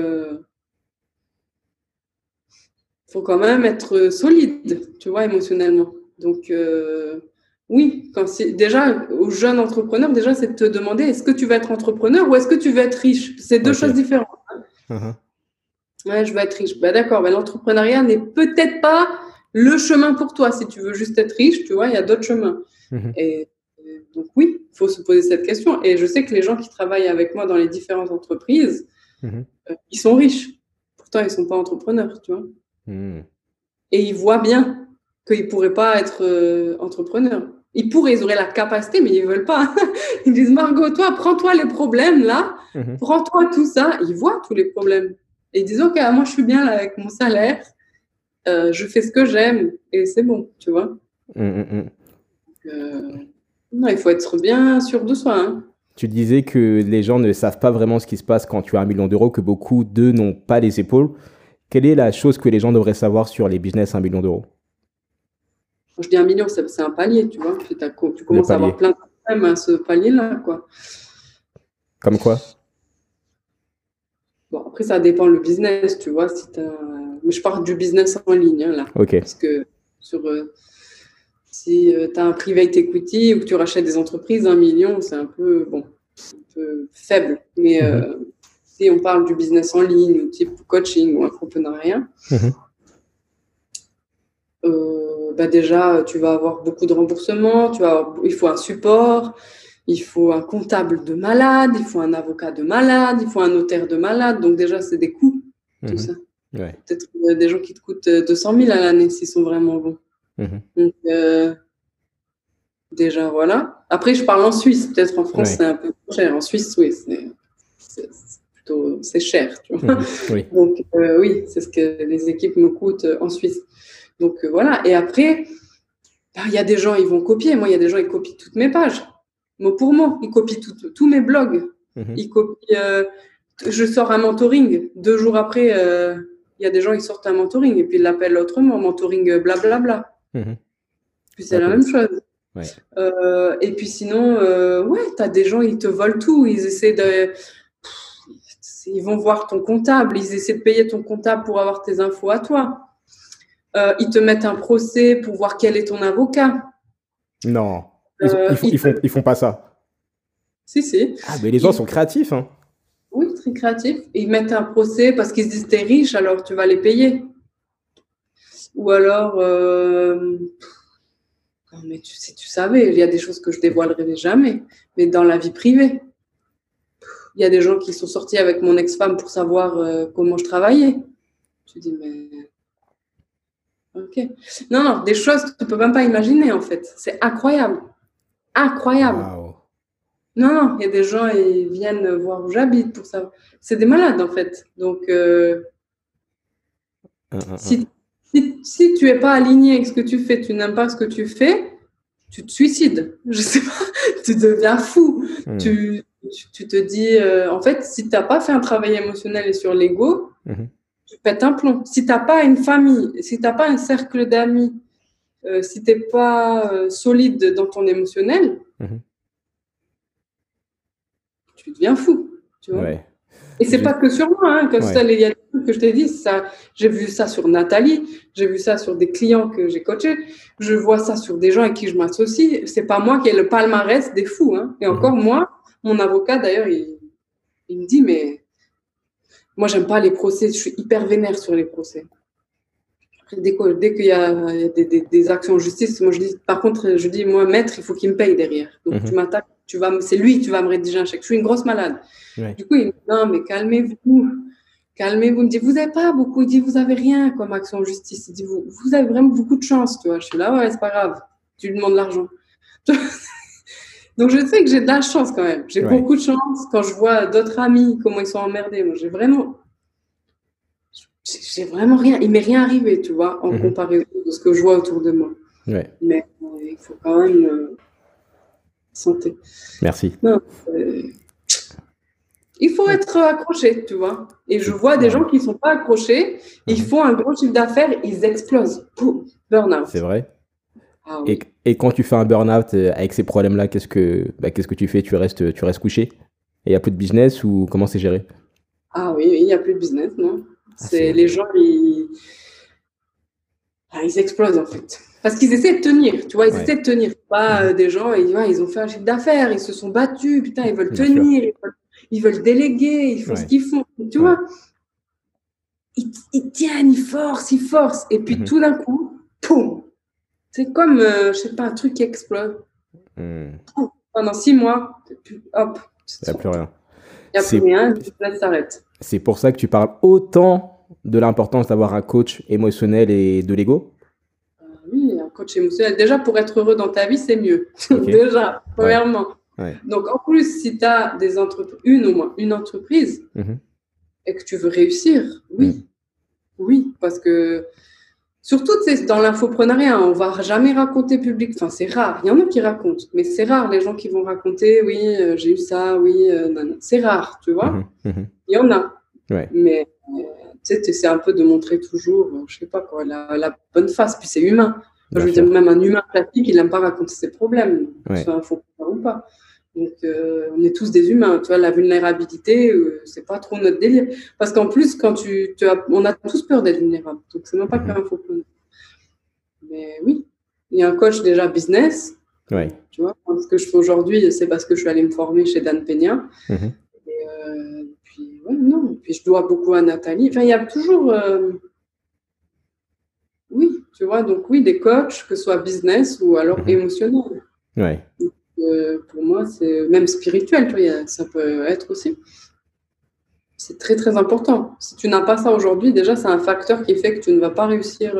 faut quand même être solide, tu vois, émotionnellement. Donc, oui, déjà, aux jeunes entrepreneurs, déjà, c'est de te demander est-ce que tu veux être entrepreneur ou est-ce que tu veux être riche? C'est deux choses Ok. différentes. Mhm. Ouais, je veux être riche. Bah, d'accord, bah, l'entrepreneuriat n'est peut-être pas le chemin pour toi. Si tu veux juste être riche, tu vois, il y a d'autres chemins. Mhm. Et donc oui, il faut se poser cette question. Et je sais que les gens qui travaillent avec moi dans les différentes entreprises, Mhm. ils sont riches. Pourtant, ils ne sont pas entrepreneurs, tu vois. Mhm. Et ils voient bien qu'ils ne pourraient pas être entrepreneurs. Ils pourraient, ils auraient la capacité, mais ils ne veulent pas. Ils disent, Margot, toi, prends-toi les problèmes là, Mhm. prends-toi tout ça. Ils voient tous les problèmes. Et ils disent, OK, moi, je suis bien là avec mon salaire, je fais ce que j'aime et c'est bon, tu vois. Mhm. Non, il faut être bien sûr de soi. Hein. Tu disais que les gens ne savent pas vraiment ce qui se passe quand tu as 1 million d'euros, que beaucoup d'eux n'ont pas les épaules. Quelle est la chose que les gens devraient savoir sur les business 1 million d'euros? Quand je dis 1 million, c'est un palier, tu vois. Puis tu Le commences à avoir palier. plein de problèmes à ce palier-là, quoi. Comme quoi? Bon, après, ça dépend le business, tu vois. Mais je parle du business en ligne, hein, là. Ok. Parce que Si tu as un private equity ou que tu rachètes des entreprises, 1 million, c'est un peu faible. Mais si on parle du business en ligne, ou type coaching ou entrepreneuriat, déjà, tu vas avoir beaucoup de remboursements, il faut un support, il faut un comptable de malade, il faut un avocat de malade, il faut un notaire de malade. Donc déjà, c'est des coûts, tout ça. Ouais. Peut-être des gens qui te coûtent 200 000 à l'année s'ils sont vraiment bons. Donc, déjà, voilà. Après, je parle en Suisse. Peut-être en France, c'est un peu cher. En Suisse, oui, c'est cher. Tu vois. Oui. Donc, oui, c'est ce que les équipes me coûtent en Suisse. Donc, voilà. Et après, il y a des gens, ils vont copier. Moi, il y a des gens, ils copient toutes mes pages. Mot pour mot. Ils copient tous mes blogs. Ils copient... je sors un mentoring. 2 jours après, il y a des gens, ils sortent un mentoring. Et puis, ils l'appellent autrement. Mentoring blablabla. Puis, c'est la même chose. Ouais. Et puis sinon, t'as des gens, ils te volent tout. Ils vont voir ton comptable. Ils essaient de payer ton comptable pour avoir tes infos à toi. Ils te mettent un procès pour voir quel est ton avocat. Non, ils font pas ça. Si. Ah, mais les gens sont créatifs, hein. Oui, très créatifs. Ils mettent un procès parce qu'ils se disent t'es riche, alors tu vas les payer. Ou alors, non, mais si tu savais, il y a des choses que je dévoilerai jamais, mais dans la vie privée. Il y a des gens qui sont sortis avec mon ex-femme pour savoir comment je travaillais. Tu dis, mais... Ok. Non, des choses que tu peux même pas imaginer, en fait. C'est incroyable. Incroyable. Wow. Non, il y a des gens, ils viennent voir où j'habite pour ça. C'est des malades, en fait. Donc, si tu es pas aligné avec ce que tu fais, tu n'aimes pas ce que tu fais, tu te suicides. Je sais pas, tu deviens fou. Tu te dis, en fait, si tu n'as pas fait un travail émotionnel et sur l'ego, tu pètes un plomb. Si tu n'as pas une famille, si tu n'as pas un cercle d'amis, si tu n'es pas solide dans ton émotionnel, tu deviens fou. Tu vois. Ouais. Et c'est pas que sur moi, hein, comme ça, il y a des trucs que je t'ai dit, ça, j'ai vu ça sur Nathalie, j'ai vu ça sur des clients que j'ai coachés, je vois ça sur des gens avec qui je m'associe. C'est pas moi qui ai le palmarès des fous, hein. Et encore moi, mon avocat d'ailleurs, il me dit, mais moi j'aime pas les procès, je suis hyper vénère sur les procès. Dès qu'il y a des actions en justice, moi je dis, par contre, je dis, moi maître, il faut qu'il me paye derrière. Donc tu m'attaques, c'est lui, tu vas me rédiger un chèque. Je suis une grosse malade. Du coup, il me dit, non, mais calmez-vous. Il me dit, vous n'avez pas beaucoup. Il dit, vous n'avez rien comme action en justice. Il dit, vous avez vraiment beaucoup de chance, tu vois. Je suis là, ouais, c'est pas grave. Tu lui demandes l'argent. Donc, je sais que j'ai de la chance quand même. J'ai beaucoup de chance quand je vois d'autres amis, comment ils sont emmerdés. Moi, j'ai vraiment rien. Il m'est rien arrivé, tu vois, en comparaison de ce que je vois autour de moi. Mais il faut quand même santé. Merci. Non, il faut être accroché, tu vois. Et je vois des gens qui ne sont pas accrochés, ils font un gros chiffre d'affaires, ils explosent. Boum, burn-out. C'est vrai. Ah, oui. Et quand tu fais un burn-out avec ces problèmes-là, qu'est-ce que tu fais? Tu restes couché? Et il n'y a plus de business ou comment c'est géré? Ah oui, il n'y a plus de business, non. Les gens, ils explosent en fait. Parce qu'ils essaient de tenir, tu vois, ils essaient de tenir. Pas des gens, ils ont fait un chiffre d'affaires, ils se sont battus, putain, ils veulent tenir, ils veulent déléguer, ils font ce qu'ils font, tu vois. Ils tiennent, ils forcent. Et puis tout d'un coup, poum. C'est comme, je sais pas, un truc qui explose. Pendant 6 mois, hop. Il n'y a plus rien. Il n'y a plus rien, ça s'arrête. C'est pour ça que tu parles autant de l'importance d'avoir un coach émotionnel et de l'ego? Oui, un coach émotionnel. Déjà, pour être heureux dans ta vie, c'est mieux. Déjà, premièrement. Donc, en plus, si tu as une entreprise et que tu veux réussir, oui, parce que surtout dans l'infoprenariat, on ne va jamais raconter public. Enfin, c'est rare. Il y en a qui racontent, mais c'est rare les gens qui vont raconter, oui, j'ai eu ça, oui, non. C'est rare, tu vois. Il y en a. Mais tu sais, c'est un peu de montrer toujours, je sais pas quoi, la bonne face. Puis c'est humain. Je veux dire, même un humain classique, il n'aime pas raconter ses problèmes, soit infopreneur ou pas. Donc, on est tous des humains. Tu vois, la vulnérabilité, c'est pas trop notre délire. Parce qu'en plus, quand on a tous peur d'être vulnérable. Donc, c'est même pas qu'un infopreneur. Mais oui, il y a un coach déjà business, Ouais. tu vois. Ce que je fais aujourd'hui, c'est parce que je suis allée me former chez Dan Peña. Mhm. Puis, ouais, non. Puis je dois beaucoup à Nathalie. Enfin, il y a toujours, oui, tu vois, donc oui, des coachs, que ce soit business ou alors Mhm. émotionnel. Ouais. Pour moi, c'est même spirituel, tu vois, ça peut être aussi. C'est très, très important. Si tu n'as pas ça aujourd'hui, déjà, c'est un facteur qui fait que tu ne vas pas réussir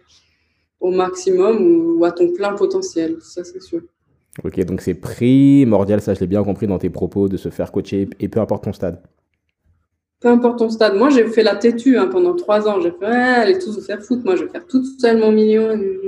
au maximum ou à ton plein potentiel. Ça, c'est sûr. Ok, donc c'est primordial, ça je l'ai bien compris dans tes propos, de se faire coacher et peu importe ton stade. Peu importe ton stade. Moi, j'ai fait la têtue pendant 3 ans. J'ai fait, allez tous vous faire foutre. Moi, je vais faire toute seule mon million.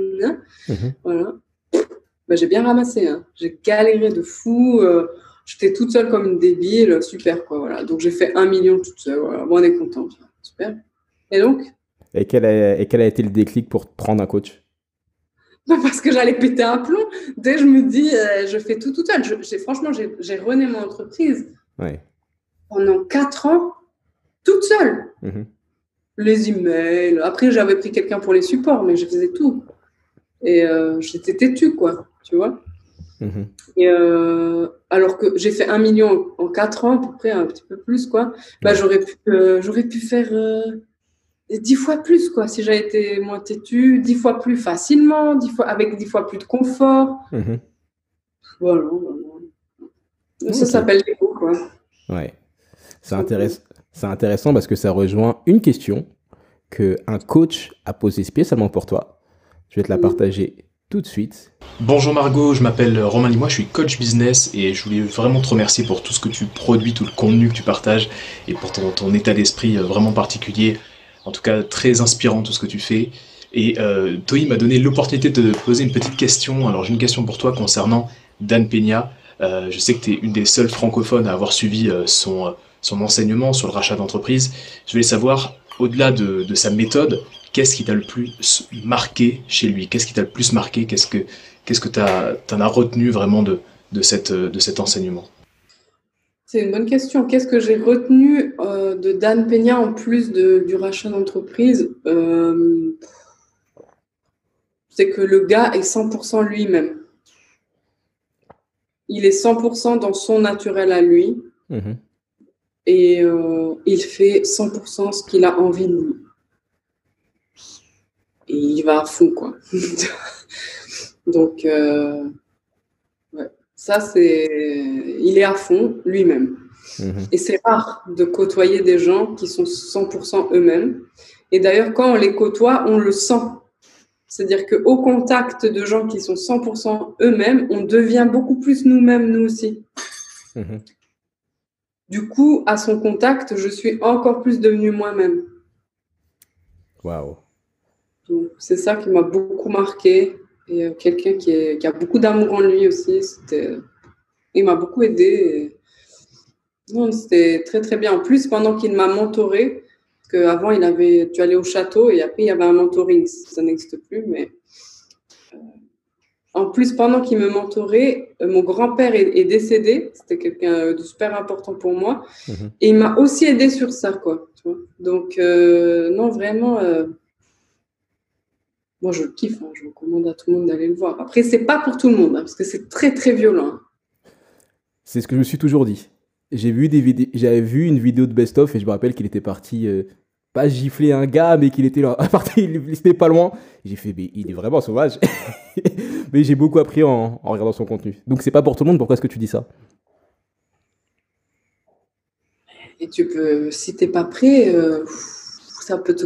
Mhm. Voilà. Bah, j'ai bien ramassé. J'ai galéré de fou. J'étais toute seule comme une débile. Super, quoi. Voilà. Donc, j'ai fait 1 million toute seule. Voilà. Bon, on est content. Super. Et donc, Et quel a été le déclic pour prendre un coach? bah, parce que j'allais péter un plomb. Dès je me dis, je fais tout toute seule. Franchement, j'ai rené mon entreprise Ouais. pendant 4 ans, toute seule. Mhm. Les emails. Après, j'avais pris quelqu'un pour les supports, mais je faisais tout. Et j'étais têtue, quoi. Tu vois. Mhm. Et alors que j'ai fait 1 million en 4 ans, à peu près, un petit peu plus, quoi. Bah, Ouais. j'aurais pu faire 10 fois plus, quoi, si j'avais été moins têtue, 10 fois plus facilement, 10 fois, avec 10 fois plus de confort. Mhm. Voilà, voilà. Ça Ok. s'appelle l'ego, quoi. Ouais. C'est Tout simplement. c'est intéressant parce que ça rejoint une question que un coach a posée spécialement pour toi. Je vais te la Mm. partager tout de suite. Bonjour Margot, je m'appelle Romain Limois, je suis coach business et je voulais vraiment te remercier pour tout ce que tu produis, tout le contenu que tu partages et pour ton état d'esprit vraiment particulier, en tout cas très inspirant tout ce que tu fais. Et Toi m'a donné l'opportunité de te poser une petite question. Alors j'ai une question pour toi concernant Dan Peña. Je sais que tu es une des seules francophones à avoir suivi son enseignement sur le rachat d'entreprise. Je voulais savoir, au-delà de sa méthode, qu'est-ce qui t'a le plus marqué chez lui? Qu'est-ce qui t'a le plus marqué? Qu'est-ce que t'en as retenu vraiment de cet enseignement? C'est une bonne question. Qu'est-ce que j'ai retenu de Dan Peña en plus du rachat d'entreprise? C'est que le gars est 100% lui-même. Il est 100% dans son naturel à lui Mhm. et il fait 100% ce qu'il a envie de lui. Et il va à fond, quoi. Donc, ouais. Ça, il est à fond lui-même. Mhm. Et c'est rare de côtoyer des gens qui sont 100% eux-mêmes. Et d'ailleurs, quand on les côtoie, on le sent. C'est-à-dire qu'au contact de gens qui sont 100% eux-mêmes, on devient beaucoup plus nous-mêmes, nous aussi. Mhm. Du coup, à son contact, je suis encore plus devenue moi-même. Waouh. Donc, c'est ça qui m'a beaucoup marqué. Et quelqu'un qui a beaucoup d'amour en lui aussi. Il m'a beaucoup aidé. Non, c'était très très bien. En plus, pendant qu'il m'a mentoré, parce qu'avant, tu allais au château et après, il y avait un mentoring. Ça n'existe plus, mais en plus, pendant qu'il me mentorait, mon grand-père est décédé. C'était quelqu'un de super important pour moi. Mhm. Et il m'a aussi aidé sur ça, quoi. Tu vois. Donc, non, vraiment, moi, je le kiffe. Je recommande à tout le monde d'aller le voir. Après, c'est pas pour tout le monde, parce que c'est très, très violent. C'est ce que je me suis toujours dit. J'avais vu une vidéo de best-of et je me rappelle qu'il était parti, pas gifler un gars, mais qu'il était là, parti, il était pas loin. Et j'ai fait, mais il est vraiment sauvage. Mais j'ai beaucoup appris en regardant son contenu. Donc c'est pas pour tout le monde, pourquoi est-ce que tu dis ça? Et tu peux, si t'es pas prêt, ça peut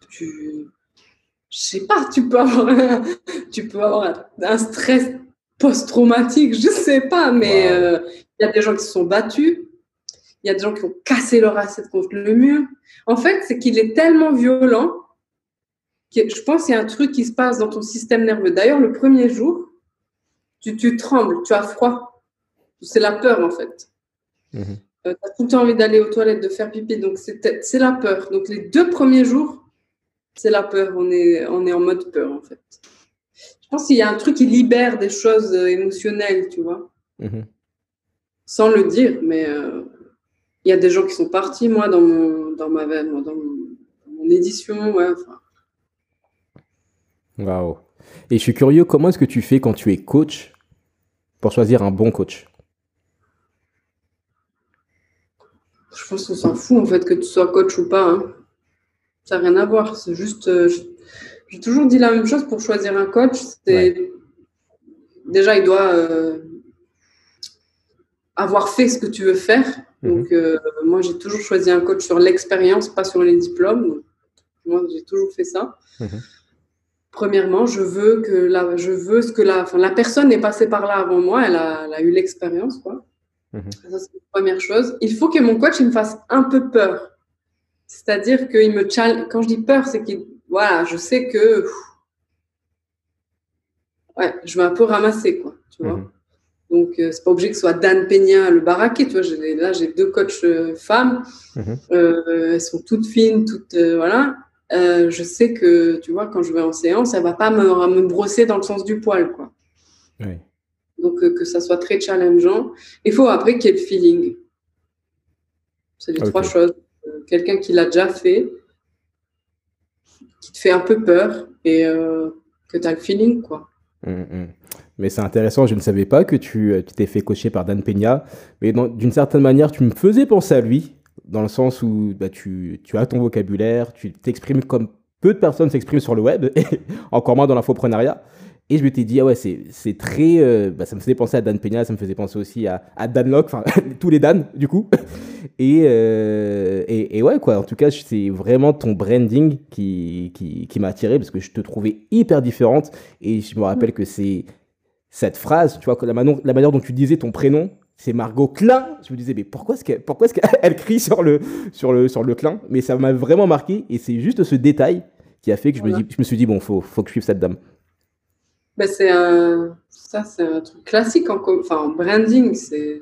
je sais pas, tu peux avoir un stress post-traumatique, je sais pas, mais Waouh. il y a des gens qui se sont battus, il y a des gens qui ont cassé leur assiette contre le mur. En fait, c'est qu'il est tellement violent que je pense qu'il y a un truc qui se passe dans ton système nerveux. D'ailleurs, le premier jour, tu trembles, tu as froid. C'est la peur, en fait. Mhm. Tu as tout le temps envie d'aller aux toilettes, de faire pipi, donc c'est la peur. Donc les 2 premiers jours, c'est la peur, on est en mode peur, en fait. Je pense qu'il y a un truc qui libère des choses émotionnelles, tu vois, Mhm. sans le dire, mais il y a des gens qui sont partis, moi, dans mon édition, ouais, enfin. Waouh. Et je suis curieux, comment est-ce que tu fais quand tu es coach pour choisir un bon coach? Je pense qu'on s'en fout en fait que tu sois coach ou pas. Hein. Ça n'a rien à voir. C'est juste. J'ai toujours dit la même chose pour choisir un coach. C'est déjà il doit avoir fait ce que tu veux faire. Donc moi j'ai toujours choisi un coach sur l'expérience, pas sur les diplômes. Donc, moi j'ai toujours fait ça. Premièrement, je veux ce que la personne est passée par là avant moi. Elle a eu l'expérience, quoi. Ça, c'est la première chose. Il faut que mon coach il me fasse un peu peur. C'est-à-dire qu'il me challenge. Quand je dis peur, c'est que voilà, je sais que je vais un peu ramasser, quoi. Tu vois. Donc, c'est pas obligé que ce soit Dan Peña, le baraquet. Tu vois, j'ai 2 coachs femmes. Elles sont toutes fines, toutes voilà. Je sais que, tu vois, quand je vais en séance, elle va pas me brosser dans le sens du poil, quoi. Oui. Donc, que ça soit très challengeant. Il faut après qu'il y ait le feeling. C'est les 3 choses. Quelqu'un qui l'a déjà fait, qui te fait un peu peur et que tu as le feeling, quoi. Mais c'est intéressant, je ne savais pas que tu t'es fait coacher par Dan Peña, mais d'une certaine manière, tu me faisais penser à lui, dans le sens où tu as ton vocabulaire, tu t'exprimes comme peu de personnes s'expriment sur le web, et encore moins dans l'infoprenariat. Et je me t'ai dit, ah ouais, c'est très. Ça me faisait penser à Dan Peña, ça me faisait penser aussi à Dan Lok, enfin, tous les Dan, du coup. Et ouais, quoi, en tout cas, c'est vraiment ton branding qui m'a attiré, parce que je te trouvais hyper différente. Et je me rappelle que c'est cette phrase, tu vois, la manière dont tu disais ton prénom, c'est Margot Klein. Je me disais, mais pourquoi est-ce qu'elle crie sur le Klein? Mais ça m'a vraiment marqué, et c'est juste ce détail qui a fait que je me suis dit, bon, faut que je suive cette dame. Ben, c'est un truc classique en branding, c'est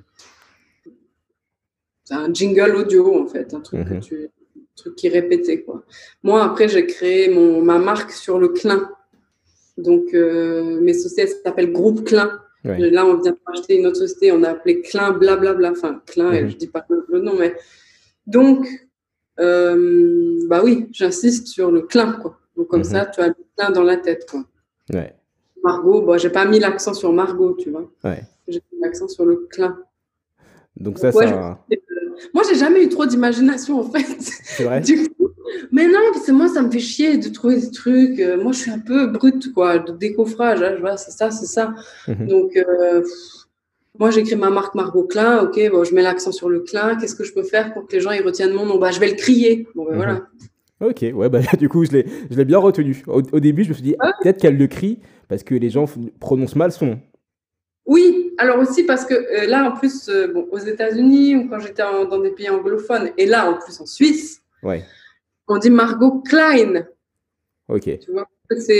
un jingle audio en fait, un truc qui est répété, quoi. Moi après j'ai créé ma marque sur le Klein, donc mes sociétés s'appellent Groupe Klein. Là on vient de racheter une autre société, on a appelé Klein blablabla, enfin Klein, je dis pas le nom, mais donc bah oui, j'insiste sur le Klein, quoi. Donc comme ça tu as le Klein dans la tête, quoi. Margot, bon, j'ai pas mis l'accent sur Margot, tu vois. J'ai mis l'accent sur le Klein. Donc moi, j'ai jamais eu trop d'imagination, en fait. C'est vrai. Du coup, mais non, parce que moi, ça me fait chier de trouver des trucs. Moi, je suis un peu brute, quoi, de décoffrage. Hein, vois, c'est ça. Donc, moi, j'écris ma marque Margot Klein. Ok, bon, je mets l'accent sur le Klein. Qu'est-ce que je peux faire pour que les gens ils retiennent mon nom? Bah, je vais le crier. Bon, ben voilà. Ok, ouais, bah du coup, je l'ai bien retenu. Au début, je me suis dit, peut-être qu'elle le crie parce que les gens prononcent mal son nom. Oui, alors aussi parce que là, en plus, aux États-Unis ou quand j'étais dans des pays anglophones, et là, en plus en Suisse, on dit Margot Klein. Ok. Tu vois,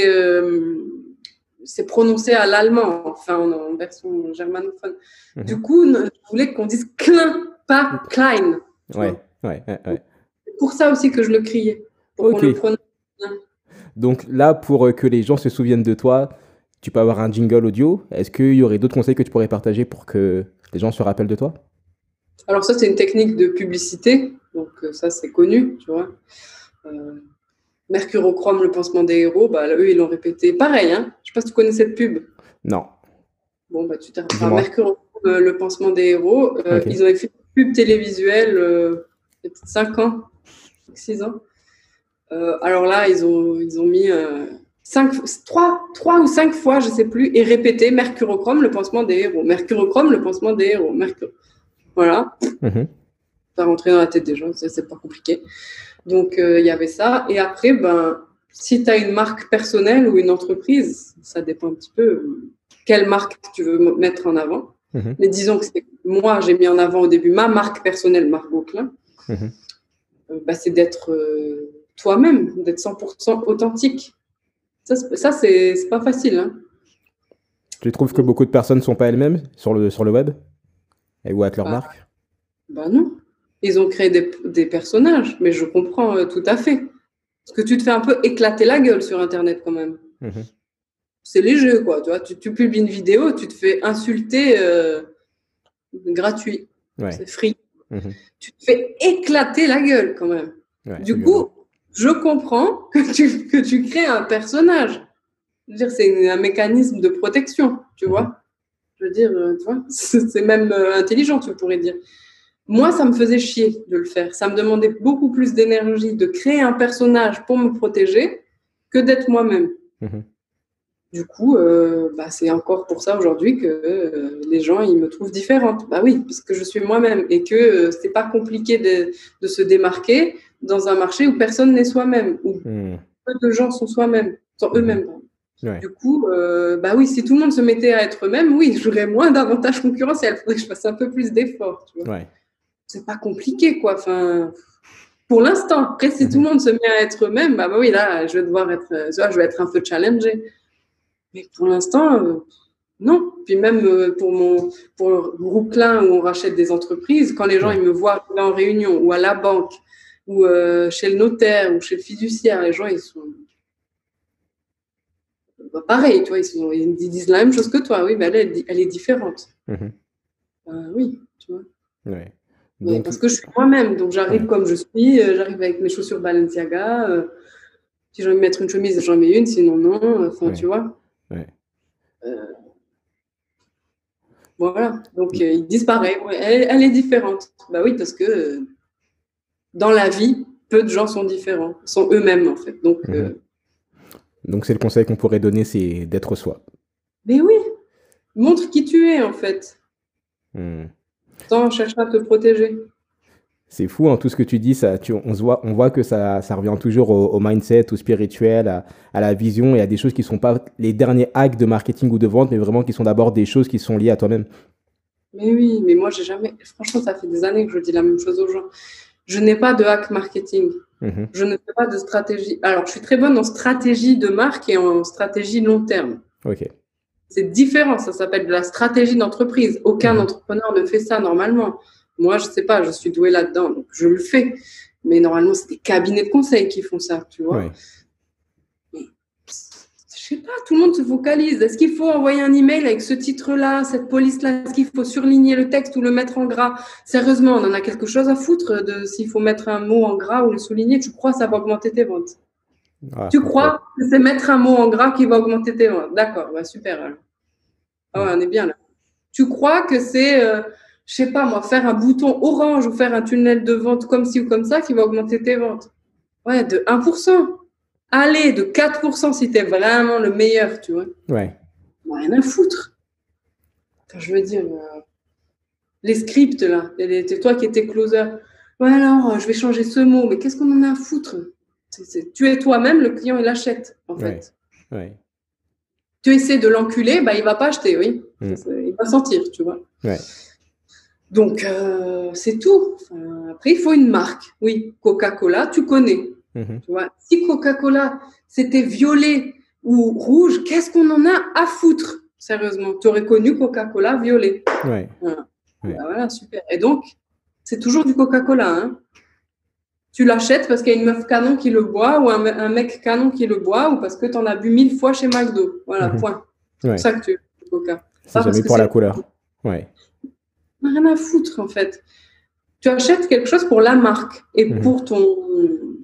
c'est prononcé à l'allemand, enfin en version germanophone. Du coup, je voulais qu'on dise Klein, pas Klein. Ouais. C'est pour ça aussi que je le criais, pour qu'on le prononce bien. Donc là, pour que les gens se souviennent de toi, tu peux avoir un jingle audio. Est-ce qu'il y aurait d'autres conseils que tu pourrais partager pour que les gens se rappellent de toi? Alors ça, c'est une technique de publicité. Donc ça, c'est connu, tu vois. Mercurochrome, le pansement des héros, bah, eux, ils l'ont répété. Pareil, hein. Je ne sais pas si tu connais cette pub. Non. Bon, bah, tu t'es rappelé. Mercurochrome, le pansement des héros. Ils ont fait une pub télévisuelle il y a peut-être 5 ans, 6 ans. Alors là, ils ont mis 3 ou 5 fois, je ne sais plus, et répété Mercurochrome, le pansement des héros. Mercurochrome, le pansement des héros. Voilà. Ça rentrait dans la tête des gens, c'est pas compliqué. Donc, il y avait ça. Et après, si tu as une marque personnelle ou une entreprise, ça dépend un petit peu quelle marque tu veux mettre en avant. Mais disons que moi, j'ai mis en avant au début ma marque personnelle, Margot Klein. C'est d'être toi-même, d'être 100% authentique. Ça c'est pas facile. Hein. Tu trouves que beaucoup de personnes ne sont pas elles-mêmes sur le web ou avec leur marque? Non. Ils ont créé des personnages, mais je comprends tout à fait. Parce que tu te fais un peu éclater la gueule sur Internet quand même. C'est léger, quoi. Tu vois, tu publies une vidéo, tu te fais insulter gratuit. C'est free. Tu te fais éclater la gueule quand même. Du coup, je comprends que tu crées un personnage. Je veux dire, c'est un mécanisme de protection, tu vois. Je veux dire, tu vois, c'est même intelligent, tu pourrais dire. Moi, ça me faisait chier de le faire. Ça me demandait beaucoup plus d'énergie de créer un personnage pour me protéger que d'être moi-même. Du coup, c'est encore pour ça aujourd'hui que les gens ils me trouvent différente. Bah oui, parce que je suis moi-même et que c'est pas compliqué de se démarquer dans un marché où personne n'est soi-même, où peu de gens sont soi-même, sont eux-mêmes. Ouais. Du coup, oui, si tout le monde se mettait à être eux-mêmes, oui, j'aurais moins d'avantages concurrentiels. Il faudrait que je fasse un peu plus d'efforts. Tu vois. Ouais. C'est pas compliqué, quoi. Enfin, pour l'instant. Après, si tout le monde se met à être eux-mêmes, bah oui, là, je vais être un peu challengée. Mais pour l'instant, non. Puis même pour le groupe Klein où on rachète des entreprises, quand les gens ils me voient en réunion ou à la banque ou chez le notaire ou chez le fiduciaire, les gens ils sont pareil, tu vois, ils disent la même chose que toi. Oui, mais elle est différente. Oui, tu vois. Ouais. Donc, parce que je suis moi-même, donc j'arrive comme je suis, j'arrive avec mes chaussures Balenciaga. Si j'ai envie de mettre une chemise, j'en mets une, sinon non. Enfin, tu vois. Ouais. Voilà, donc ils disent pareil, elle est différente. Bah oui, parce que dans la vie, peu de gens sont différents, sont eux-mêmes en fait. Donc c'est le conseil qu'on pourrait donner, c'est d'être soi. Mais oui, montre qui tu es en fait, sans chercher à te protéger. C'est fou, hein, tout ce que tu dis, on voit que ça revient toujours au mindset, au spirituel, à la vision et à des choses qui ne sont pas les derniers hacks de marketing ou de vente, mais vraiment qui sont d'abord des choses qui sont liées à toi-même. Mais oui, mais moi, franchement, ça fait des années que je dis la même chose aux gens. Je n'ai pas de hack marketing. Je ne fais pas de stratégie. Alors, je suis très bonne en stratégie de marque et en stratégie long terme. Ok. C'est différent, ça s'appelle de la stratégie d'entreprise. Aucun entrepreneur ne fait ça normalement. Moi, je sais pas, je suis douée là-dedans, donc je le fais. Mais normalement, c'est des cabinets de conseil qui font ça, tu vois. Mais, je sais pas, tout le monde se focalise. Est-ce qu'il faut envoyer un email avec ce titre-là, cette police-là? Est-ce qu'il faut surligner le texte ou le mettre en gras? Sérieusement, on en a quelque chose à foutre de s'il faut mettre un mot en gras ou le souligner. Tu crois que ça va augmenter tes ventes? Tu crois que c'est mettre un mot en gras qui va augmenter tes ventes? D'accord, super. Alors. On est bien là. Tu crois que c'est, je sais pas moi, faire un bouton orange ou faire un tunnel de vente comme ci ou comme ça qui va augmenter tes ventes? Ouais, de 1%. Allez, de 4% si tu es vraiment le meilleur, tu vois. Ouais. Rien à foutre. Enfin, je veux dire, les scripts là, c'est toi qui étais closer. Ouais, alors, je vais changer ce mot, mais qu'est-ce qu'on en a à foutre? Tu es toi-même, le client, il achète, en fait. Ouais. Tu essaies de l'enculer, il va pas acheter, oui. Il va sentir, tu vois. Ouais. Donc, c'est tout. Enfin, après, il faut une marque. Oui, Coca-Cola, tu connais. Tu vois. Si Coca-Cola, c'était violet ou rouge, qu'est-ce qu'on en a à foutre? Sérieusement, tu aurais connu Coca-Cola violet. Ouais. Voilà, super. Et donc, c'est toujours du Coca-Cola, hein. Tu l'achètes parce qu'il y a une meuf canon qui le boit ou un mec canon qui le boit ou parce que tu en as bu 1000 fois chez McDo. Voilà, point. C'est pour ça que tu es Coca. C'est jamais pour la couleur. Ouais. Rien à foutre, en fait. Tu achètes quelque chose pour la marque et pour ton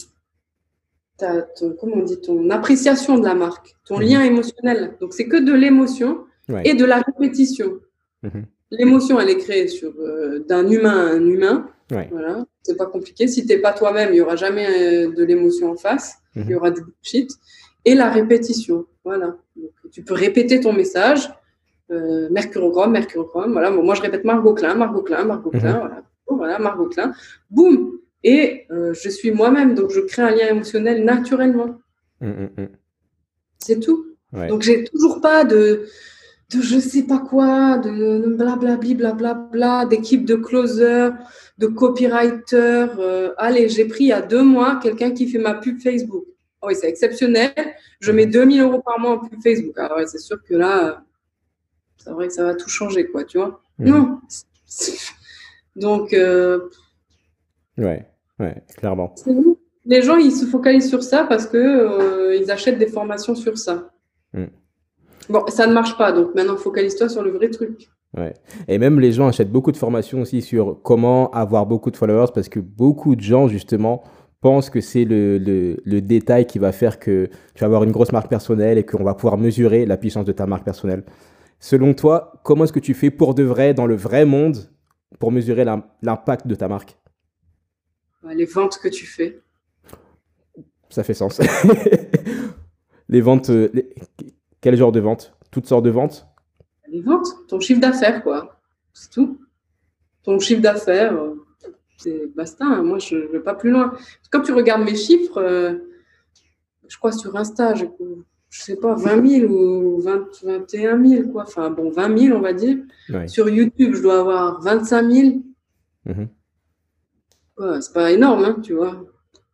appréciation de la marque, ton lien émotionnel. Donc, c'est que de l'émotion et de la répétition. L'émotion, elle est créée d'un humain à un humain. Voilà, c'est pas compliqué. Si t'es pas toi-même, il y aura jamais de l'émotion en face. Il y aura du bullshit. Et la répétition. Voilà. Donc, tu peux répéter ton message. Mercurochrome. Voilà. Moi, je répète Margot Klein. Voilà, Margot Klein. Boum. Et je suis moi-même. Donc, je crée un lien émotionnel naturellement. C'est tout. Donc, j'ai toujours pas de je sais pas quoi, de blablabla, d'équipe de closer, de copywriter. Allez, j'ai pris il y a 2 mois quelqu'un qui fait ma pub Facebook. Oh oui, c'est exceptionnel. Je mets 2000 € par mois en pub Facebook. Alors ouais, c'est sûr que là, c'est vrai que ça va tout changer, quoi, tu vois. Non. Donc, ouais, clairement. Les gens, ils se focalisent sur ça parce que ils achètent des formations sur ça. Bon, ça ne marche pas, donc maintenant, focalise-toi sur le vrai truc. Ouais. Et même les gens achètent beaucoup de formations aussi sur comment avoir beaucoup de followers parce que beaucoup de gens, justement, penses que c'est le détail qui va faire que tu vas avoir une grosse marque personnelle et qu'on va pouvoir mesurer la puissance de ta marque personnelle. Selon toi, comment est-ce que tu fais pour de vrai, dans le vrai monde, pour mesurer l'impact de ta marque? Les ventes que tu fais. Ça fait sens. Les ventes, quel genre de ventes? Toutes sortes de ventes? Les ventes, ton chiffre d'affaires, quoi. C'est tout. Ton chiffre d'affaires, c'est basta. Hein. Moi, je ne vais pas plus loin. Quand tu regardes mes chiffres, je crois sur Insta, je sais pas, 20 000 ou 21 000, quoi. Enfin, bon, 20 000, on va dire. Ouais. Sur YouTube, je dois avoir 25 000. Mhm. Ouais, c'est pas énorme, hein, tu vois.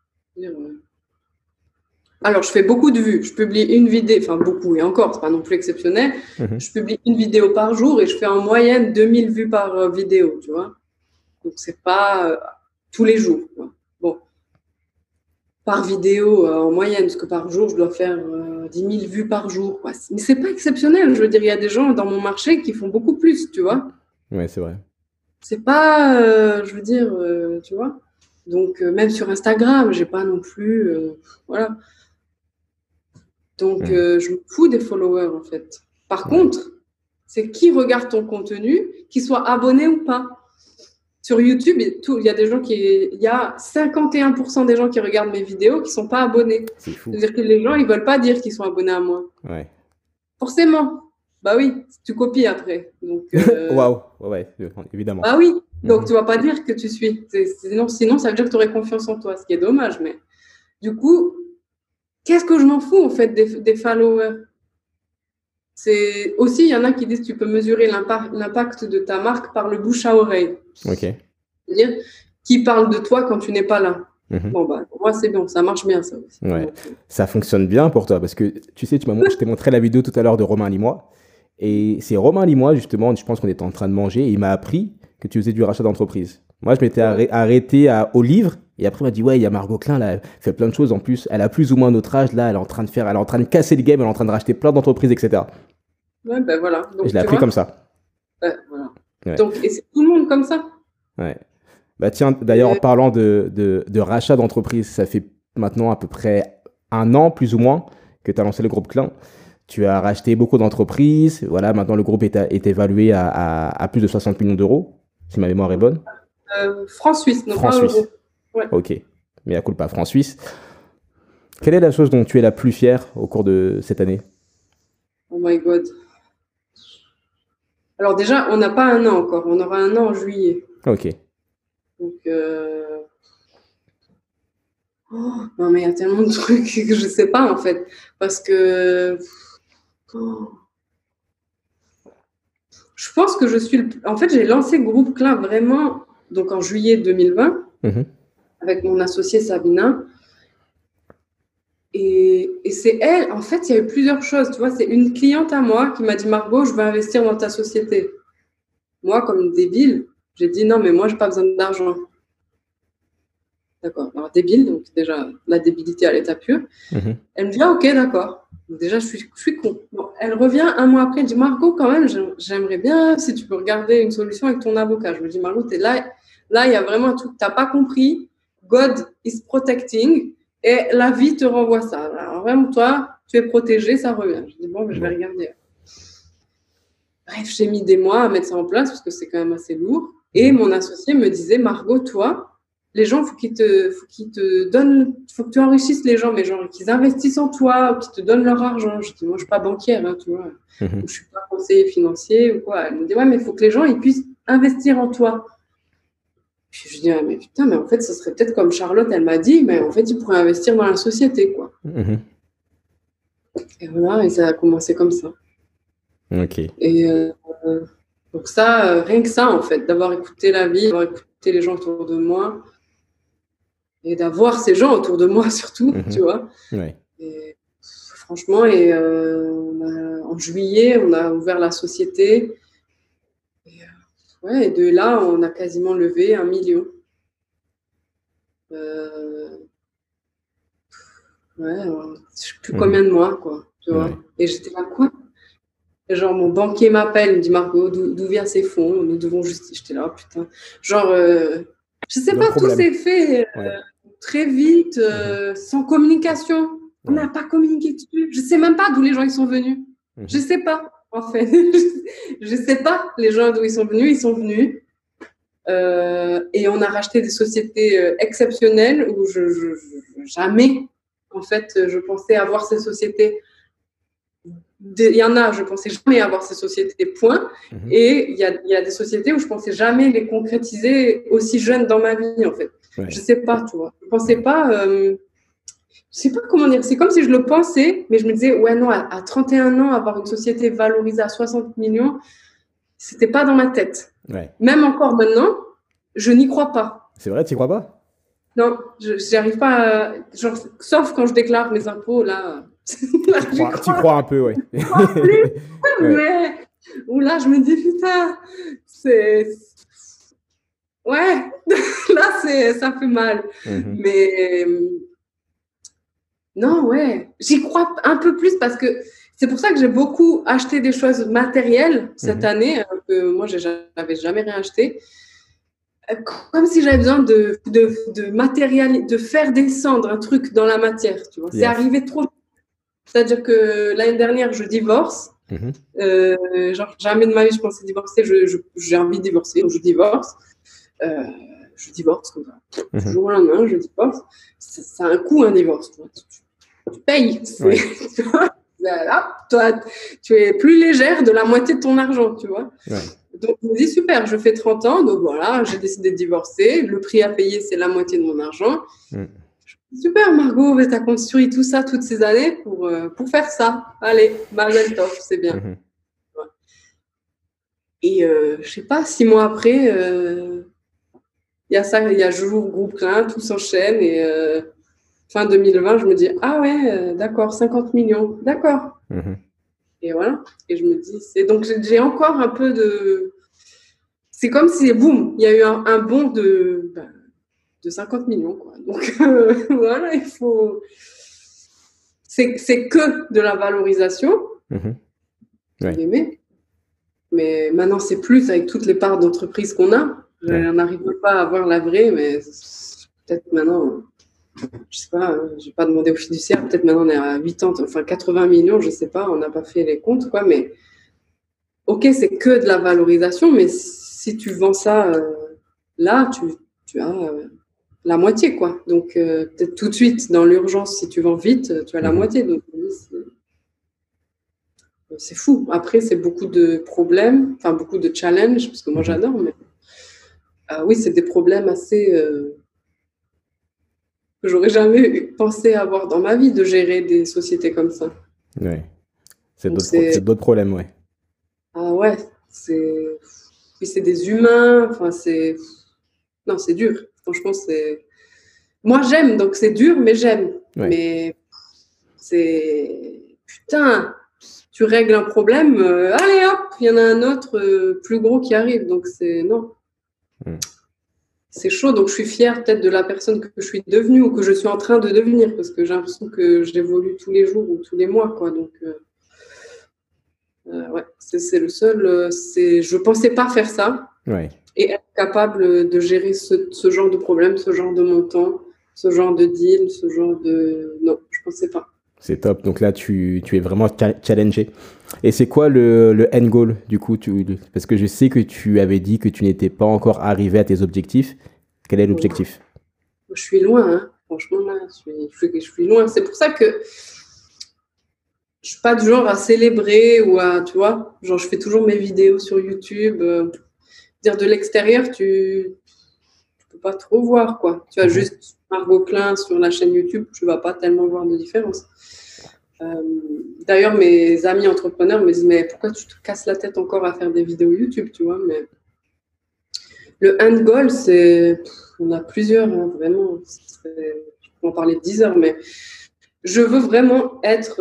Alors, je fais beaucoup de vues. Je publie une vidéo, enfin beaucoup, et encore, c'est pas non plus exceptionnel. Mhm. Je publie une vidéo par jour et je fais en moyenne 2000 vues par vidéo, tu vois. Donc, c'est pas tous les jours, quoi. Bon, par vidéo en moyenne, parce que par jour, je dois faire 10 000 vues par jour, quoi. Mais c'est pas exceptionnel. Je veux dire, il y a des gens dans mon marché qui font beaucoup plus, tu vois. Ouais, c'est vrai. C'est pas, je veux dire, tu vois. Donc, même sur Instagram, j'ai pas non plus, voilà. Donc, je me fous des followers, en fait. Par contre, c'est qui regarde ton contenu, qui soit abonné ou pas. Sur YouTube, il y a des gens il y a 51% des gens qui regardent mes vidéos qui sont pas abonnés. C'est fou. C'est-à-dire que les gens, ils veulent pas dire qu'ils sont abonnés à moi. Ouais. Forcément. Bah oui, tu copies après. Donc, Waouh. Ouais, évidemment. bah oui. Donc, tu vas pas dire que tu suis. Sinon, ça veut dire que tu aurais confiance en toi, ce qui est dommage. Mais du coup, qu'est-ce que je m'en fous, en fait, des followers? C'est aussi, il y en a qui disent que tu peux mesurer l'impact de ta marque par le bouche à oreille. Ok. C'est-à-dire, qui parle de toi quand tu n'es pas là. Mhm. Bon, bah, pour moi, c'est bon, ça marche bien, ça aussi. Ouais. Donc, Ça fonctionne bien pour toi parce que tu sais, je t'ai montré la vidéo tout à l'heure de Romain Limois. Et c'est Romain Limois, justement, je pense qu'on était en train de manger et il m'a appris que tu faisais du rachat d'entreprise. Moi, je m'étais arrêté au livre et après, il m'a dit ouais, il y a Margot Klein, là, elle fait plein de choses en plus. Elle a plus ou moins notre âge, là, elle est en train de casser le game, elle est en train de racheter plein d'entreprises, etc. ouais, ben voilà. Donc, Et je l'ai appris comme ça. Ouais, voilà. Ouais. Donc, et c'est tout le monde comme ça. Ouais. Bah tiens, d'ailleurs, en parlant de rachat d'entreprise, ça fait maintenant à peu près 1 an, plus ou moins, que tu as lancé le groupe Klein. Tu as racheté beaucoup d'entreprises. Voilà, maintenant, le groupe est évalué à plus de 60 millions d'euros, si ma mémoire est bonne. France-Suisse, non pas France-Suisse. euro. Ouais. Ok, mais à culpa, France-Suisse. Quelle est la chose dont tu es la plus fière au cours de cette année? Oh my God. Alors déjà, on n'a pas 1 an encore. On aura 1 an en juillet. Ok. Donc, oh, non, mais il y a tellement de trucs que je ne sais pas, en fait. Parce que... Oh. Je pense que je suis... En fait, j'ai lancé Groupe Klein vraiment donc en juillet 2020 avec mon associée Sabina. Et c'est elle, en fait, il y a eu plusieurs choses. Tu vois, c'est une cliente à moi qui m'a dit « Margot, je veux investir dans ta société. » Moi, comme débile, j'ai dit « Non, mais moi, je n'ai pas besoin d'argent. » D'accord. Alors, débile, donc déjà, la débilité à l'état pur. Elle me dit « Ah, ok, d'accord. » Déjà, je suis con. Bon, elle revient 1 mois après, elle dit « Margot, quand même, j'aimerais bien si tu peux regarder une solution avec ton avocat. » Je me dis « Margot, t'es là, il y a vraiment un truc que tu n'as pas compris. God is protecting. » Et la vie te renvoie ça. Alors vraiment, toi, tu es protégé, ça revient. Je dis, bon, je vais regarder. Bref, j'ai mis des mois à mettre ça en place parce que c'est quand même assez lourd. Et mon associé me disait, Margot, toi, les gens, faut qu'ils te donnent, faut que tu enrichisses les gens, mais genre qu'ils investissent en toi, ou qu'ils te donnent leur argent. Je dis, moi, je suis pas banquière, hein, tu vois. Je suis pas conseiller financier ou quoi. Elle me dit, ouais, mais il faut que les gens, ils puissent investir en toi. Puis je dis, ah, mais putain, mais en fait, ce serait peut-être comme Charlotte, elle m'a dit, mais en fait, il pourrait investir dans la société, quoi. Et voilà, et ça a commencé comme ça. Ok. Et donc ça, rien que ça, en fait, d'avoir écouté la vie, d'avoir écouté les gens autour de moi, et d'avoir ces gens autour de moi, surtout, tu vois. Ouais. Et, franchement, en juillet, on a ouvert la société. Ouais, et de là, on a quasiment levé 1 million. Ouais, alors, je ne sais plus combien de mois, quoi. Tu vois. Et j'étais là, quoi? Et genre, mon banquier m'appelle, il me dit, Margot, d'où viennent ces fonds? Nous devons juste. J'étais là, oh, putain. Genre, je sais pas, tout s'est fait très vite, sans communication. On n'a pas communiqué dessus. Je sais même pas d'où les gens ils sont venus. Je sais pas, en fait. Je sais pas les gens d'où ils sont venus. Ils sont venus. Et on a racheté des sociétés exceptionnelles où jamais, en fait, je pensais avoir ces sociétés. Il y en a, je pensais jamais avoir ces sociétés, point. Et il y a des sociétés où je pensais jamais les concrétiser aussi jeune dans ma vie, en fait. Je sais pas, tu vois. Je pensais pas, je sais pas comment dire. C'est comme si je le pensais, mais je me disais, ouais, non, à 31 ans, avoir une société valorisée à 60 millions, c'était pas dans ma tête. Même encore maintenant, je n'y crois pas. C'est vrai, tu n'y crois pas? Non, je n'y arrive pas. Genre, sauf quand je déclare mes impôts, là. Tu crois un peu, ouais. Mais où là, je me dis, putain, c'est. Ouais, là, ça fait mal. Mais non, ouais, j'y crois un peu plus parce que c'est pour ça que j'ai beaucoup acheté des choses matérielles cette année, que moi, je n'avais jamais rien acheté. Comme si j'avais besoin de matériel, de faire descendre un truc dans la matière, tu vois. C'est arrivé trop. C'est-à-dire que l'année dernière, je divorce. Genre, jamais de ma vie, je pensais divorcer. J'ai envie de divorcer, donc je divorce. Je divorce comme ça. Du jour au lendemain, je divorce. Ça a un coût, un divorce. Tu payes. Tu vois, là, toi, tu es plus légère de la moitié de ton argent, tu vois. Donc, je me dis, super, je fais 30 ans, donc voilà, j'ai décidé de divorcer. Le prix à payer, c'est la moitié de mon argent. Super, Margot, tu as construit tout ça toutes ces années pour faire ça. Allez, Mazel Tov, c'est bien. Et je sais pas, 6 mois après, il y a Jour, Groupe Klein, tout s'enchaîne. Et fin 2020, je me dis, ah ouais, d'accord, 50 millions, d'accord. Et voilà. Et je me dis, donc j'ai encore un peu de. C'est comme si, boum, il y a eu un bond de 50 millions, quoi. Donc, voilà, il faut. C'est que de la valorisation. Mais maintenant, c'est plus avec toutes les parts d'entreprise qu'on a. Je n'arrive pas à avoir la vraie, mais peut-être maintenant. Je sais pas, j'ai pas demandé au fiduciaire, peut-être maintenant on est à 80 millions, je sais pas, on n'a pas fait les comptes, quoi, mais ok, c'est que de la valorisation, mais si tu vends ça là, tu as la moitié, quoi. Donc, peut-être tout de suite, dans l'urgence, si tu vends vite, tu as la moitié. Donc, c'est fou. Après, c'est beaucoup de problèmes, enfin, beaucoup de challenges, parce que moi, j'adore, mais oui, c'est des problèmes assez. Que j'aurais jamais pensé avoir dans ma vie de gérer des sociétés comme ça. Ouais. C'est d'autres problèmes, ouais. Ah ouais, c'est des humains, enfin non, c'est dur. Franchement, moi j'aime, donc c'est dur, mais j'aime. Mais c'est putain, tu règles un problème, allez hop, il y en a un autre plus gros qui arrive, donc non. C'est chaud, donc je suis fière peut-être de la personne que je suis devenue ou que je suis en train de devenir, parce que j'ai l'impression que j'évolue tous les jours ou tous les mois, quoi. Donc, ouais, c'est le seul. Je pensais pas faire ça et être capable de gérer ce genre de problème, ce genre de montant, ce genre de deal, ce genre de. Non, je pensais pas. C'est top. Donc là, tu es vraiment challengé. Et c'est quoi le end goal, du coup parce que je sais que tu avais dit que tu n'étais pas encore arrivé à tes objectifs. Quel est l'objectif? Je suis loin, hein. Franchement, là, je suis loin. C'est pour ça que je suis pas du genre à célébrer ou à, tu vois, genre je fais toujours mes vidéos sur YouTube. Dire de l'extérieur, tu peux pas trop voir, quoi. Tu as juste Margot Klein sur la chaîne YouTube, tu vas pas tellement voir de différence. D'ailleurs, mes amis entrepreneurs me disent, mais pourquoi tu te casses la tête encore à faire des vidéos YouTube, tu vois, mais le end goal, on a plusieurs, hein, vraiment, je peux en parler 10 heures, mais je veux vraiment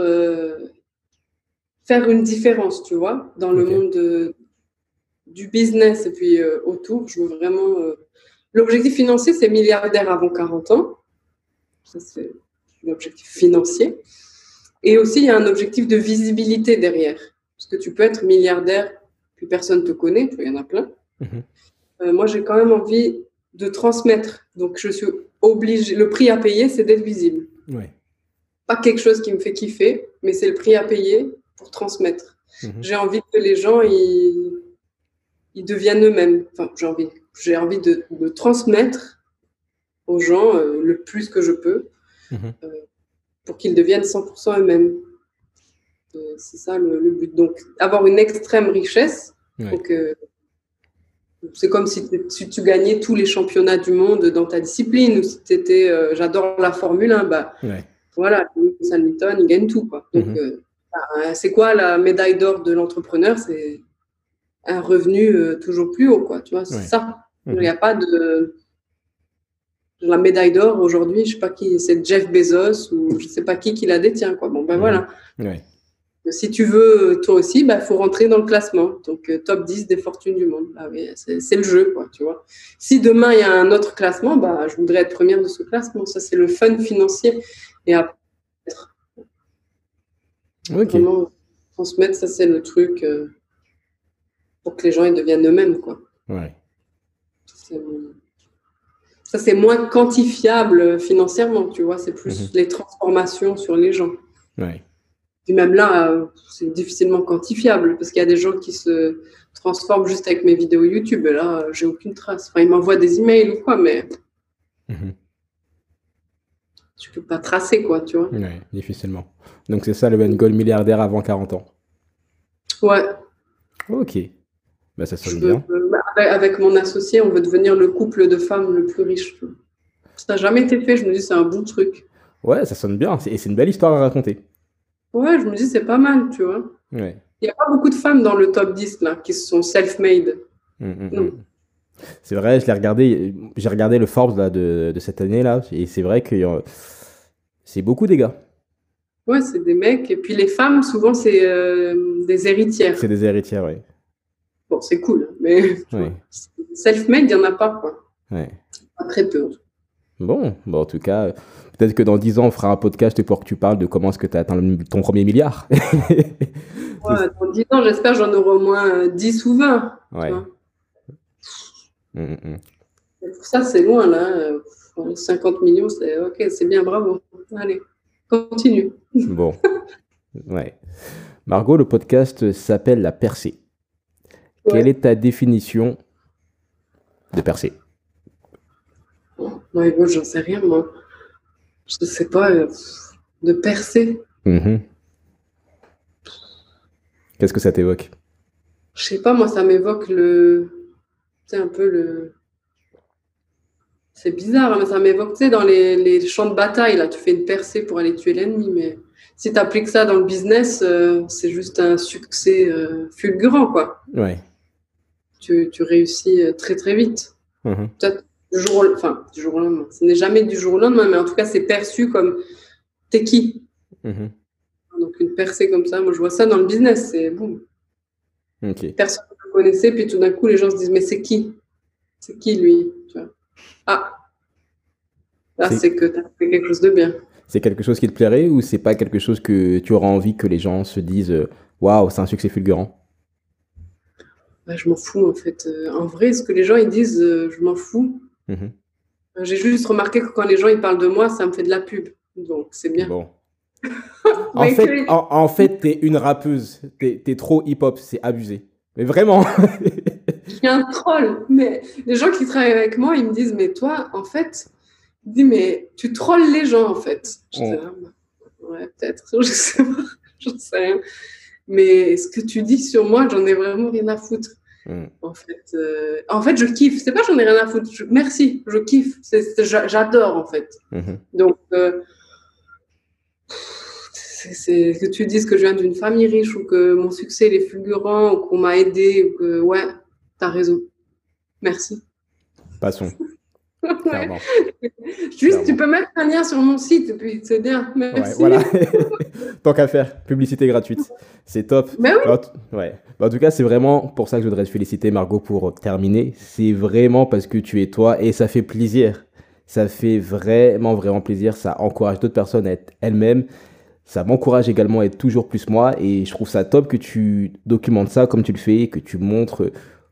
faire une différence, tu vois, dans le monde du business et puis autour. Je veux vraiment. L'objectif financier, c'est milliardaire avant 40 ans. Ça, c'est l'objectif financier. Et aussi, il y a un objectif de visibilité derrière. Parce que tu peux être milliardaire, puis personne ne te connaît, il y en a plein. Moi, j'ai quand même envie de transmettre. Donc, je suis obligé. Le prix à payer, c'est d'être visible. Ouais. Pas quelque chose qui me fait kiffer, mais c'est le prix à payer pour transmettre. J'ai envie que les gens ils deviennent eux-mêmes. Enfin, j'ai envie de transmettre aux gens le plus que je peux pour qu'ils deviennent 100% eux-mêmes. C'est ça le but. Donc, avoir une extrême richesse. Donc, c'est comme si tu gagnais tous les championnats du monde dans ta discipline, ou si tu étais, j'adore la Formule 1, voilà, Lewis Hamilton, il gagne tout, quoi. Donc, c'est quoi la médaille d'or de l'entrepreneur? C'est un revenu toujours plus haut, quoi, tu vois, c'est ça. Il n'y a pas de... La médaille d'or, aujourd'hui, je sais pas qui, c'est Jeff Bezos, ou je sais pas qui la détient, quoi. Bon, voilà. Si tu veux, toi aussi, faut rentrer dans le classement. Donc, top 10 des fortunes du monde. Oui, c'est le jeu, quoi, tu vois. Si demain, il y a un autre classement, je voudrais être première de ce classement. Ça, c'est le fun financier. Et après, vraiment transmettre, ça, c'est le truc pour que les gens ils deviennent eux-mêmes, quoi. Ça, c'est moins quantifiable financièrement, tu vois. C'est plus les transformations sur les gens. Et même là, c'est difficilement quantifiable parce qu'il y a des gens qui se transforment juste avec mes vidéos YouTube. Et là, j'ai aucune trace. Enfin, ils m'envoient des emails ou quoi, mais tu peux pas tracer, quoi, tu vois. Difficilement. Donc, c'est ça le end goal milliardaire avant 40 ans. Ouais. Ok. Ça sonne bien. Avec mon associé, on veut devenir le couple de femmes le plus riche. Ça n'a jamais été fait. Je me dis, c'est un bon truc. Ouais, ça sonne bien. Et c'est une belle histoire à raconter. Ouais, je me dis, c'est pas mal, tu vois. Il n'y a pas beaucoup de femmes dans le top 10 là, qui sont self-made. C'est vrai, j'ai regardé le Forbes là, de cette année-là, et c'est vrai que c'est beaucoup des gars. Ouais, c'est des mecs, et puis les femmes, souvent, c'est des héritières. C'est des héritières, oui. Bon, c'est cool, mais self-made, il n'y en a pas, quoi. Pas très peu. Bon, en tout cas, peut-être que dans 10 ans, on fera un podcast pour que tu parles de comment est-ce que tu as atteint ton premier milliard. Dans 10 ans, j'espère que j'en aurai au moins 10 ou 20. Pour ça, c'est loin, là. 50 millions, c'est OK, c'est bien, bravo. Allez, continue. Bon. Margot, le podcast s'appelle La Percée. Quelle est ta définition de percée? J'en sais rien, moi. Je sais pas, de percer. Qu'est-ce que ça t'évoque? Je sais pas, moi, ça m'évoque un peu c'est bizarre, hein, mais ça m'évoque, dans les champs de bataille, là, tu fais une percée pour aller tuer l'ennemi, mais si tu appliques ça dans le business, c'est juste un succès fulgurant, quoi. Tu réussis très, très vite. Peut-être du jour au lendemain. Ce n'est jamais du jour au lendemain, mais en tout cas, c'est perçu comme t'es qui. Donc, une percée comme ça, moi, je vois ça dans le business, c'est boum. Personne ne le connaissait, puis tout d'un coup, les gens se disent, mais c'est qui? C'est qui, lui? Tu vois. Là, c'est que tu as fait quelque chose de bien. C'est quelque chose qui te plairait ou c'est pas quelque chose que tu auras envie que les gens se disent waouh, c'est un succès fulgurant? Je m'en fous, en fait. En vrai, ce que les gens ils disent, je m'en fous. J'ai juste remarqué que quand les gens ils parlent de moi, ça me fait de la pub. Donc, c'est bien. Bon. en fait, t'es une rappeuse. T'es trop hip-hop, c'est abusé. Mais vraiment. Je suis un troll. Mais les gens qui travaillent avec moi, ils me disent, mais toi, en fait, mais tu trolles les gens, en fait. Je dis, ouais, peut-être. Je sais pas. J'en sais rien. Mais ce que tu dis sur moi, j'en ai vraiment rien à foutre. En fait, je kiffe. C'est pas j'en ai rien à foutre. Merci, je kiffe. J'adore, en fait. Donc, c'est que tu dises que je viens d'une famille riche ou que mon succès il est fulgurant ou qu'on m'a aidé ou que t'as raison. Merci. Passons. Clairement. Juste, tu peux mettre un lien sur mon site et puis c'est bien. Merci. Voilà. Tant qu'à faire, publicité gratuite. C'est top. En tout cas, c'est vraiment pour ça que je voudrais te féliciter, Margot, pour terminer. C'est vraiment parce que tu es toi et ça fait plaisir. Ça fait vraiment, vraiment plaisir. Ça encourage d'autres personnes à être elles-mêmes. Ça m'encourage également à être toujours plus moi et je trouve ça top que tu documentes ça comme tu le fais, que tu montres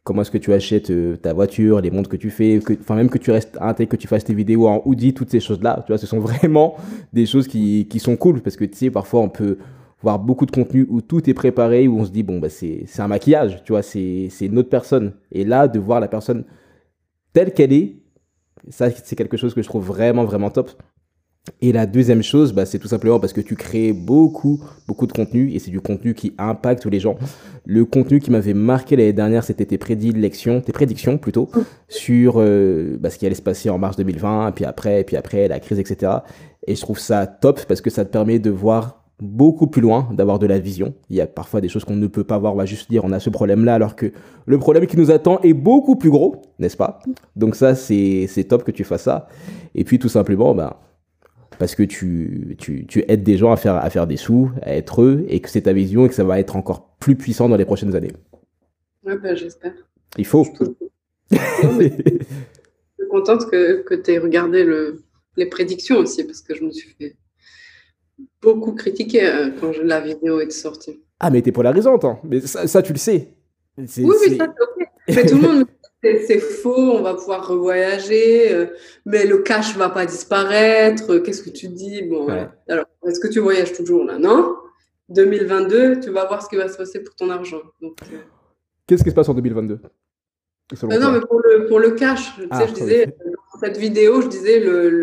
comment est-ce que tu achètes ta voiture, les montres que tu fais, enfin même que tu restes que tu fasses tes vidéos en hoodie, toutes ces choses-là, tu vois, ce sont vraiment des choses qui sont cool parce que tu sais, parfois on peut voir beaucoup de contenu où tout est préparé, où on se dit, bon, bah, c'est un maquillage, tu vois, c'est une autre personne. Et là, de voir la personne telle qu'elle est, ça, c'est quelque chose que je trouve vraiment, vraiment top. Et la deuxième chose, bah, c'est tout simplement parce que tu crées beaucoup de contenu et c'est du contenu qui impacte les gens. Le contenu qui m'avait marqué l'année dernière, c'était tes prédictions plutôt, sur ce qui allait se passer en mars 2020, puis après, la crise, etc. Et je trouve ça top parce que ça te permet de voir beaucoup plus loin, d'avoir de la vision. Il y a parfois des choses qu'on ne peut pas voir, on va juste dire on a ce problème-là, alors que le problème qui nous attend est beaucoup plus gros, n'est-ce pas? Donc ça, c'est top que tu fasses ça. Et puis tout simplement, bah, parce que tu aides des gens à faire des sous, à être eux, et que c'est ta vision et que ça va être encore plus puissant dans les prochaines années. Ouais, bah, j'espère. Il faut. Je suis contente que tu aies regardé les prédictions aussi, parce que je me suis fait beaucoup critiquer quand la vidéo est sortie. Ah, mais t'es polarisante, hein. Mais ça, tu le sais. Oui, ça, c'est ok. Mais tout le monde me dit c'est faux, on va pouvoir revoyager, mais le cash va pas disparaître. Qu'est-ce que tu dis? Bon, Ouais. alors, est-ce que tu voyages toujours là? Non. 2022, tu vas voir ce qui va se passer pour ton argent. Donc, Qu'est-ce qui se passe en 2022? Selon non, toi? mais pour le cash, tu sais, je disais, dans cette vidéo, je disais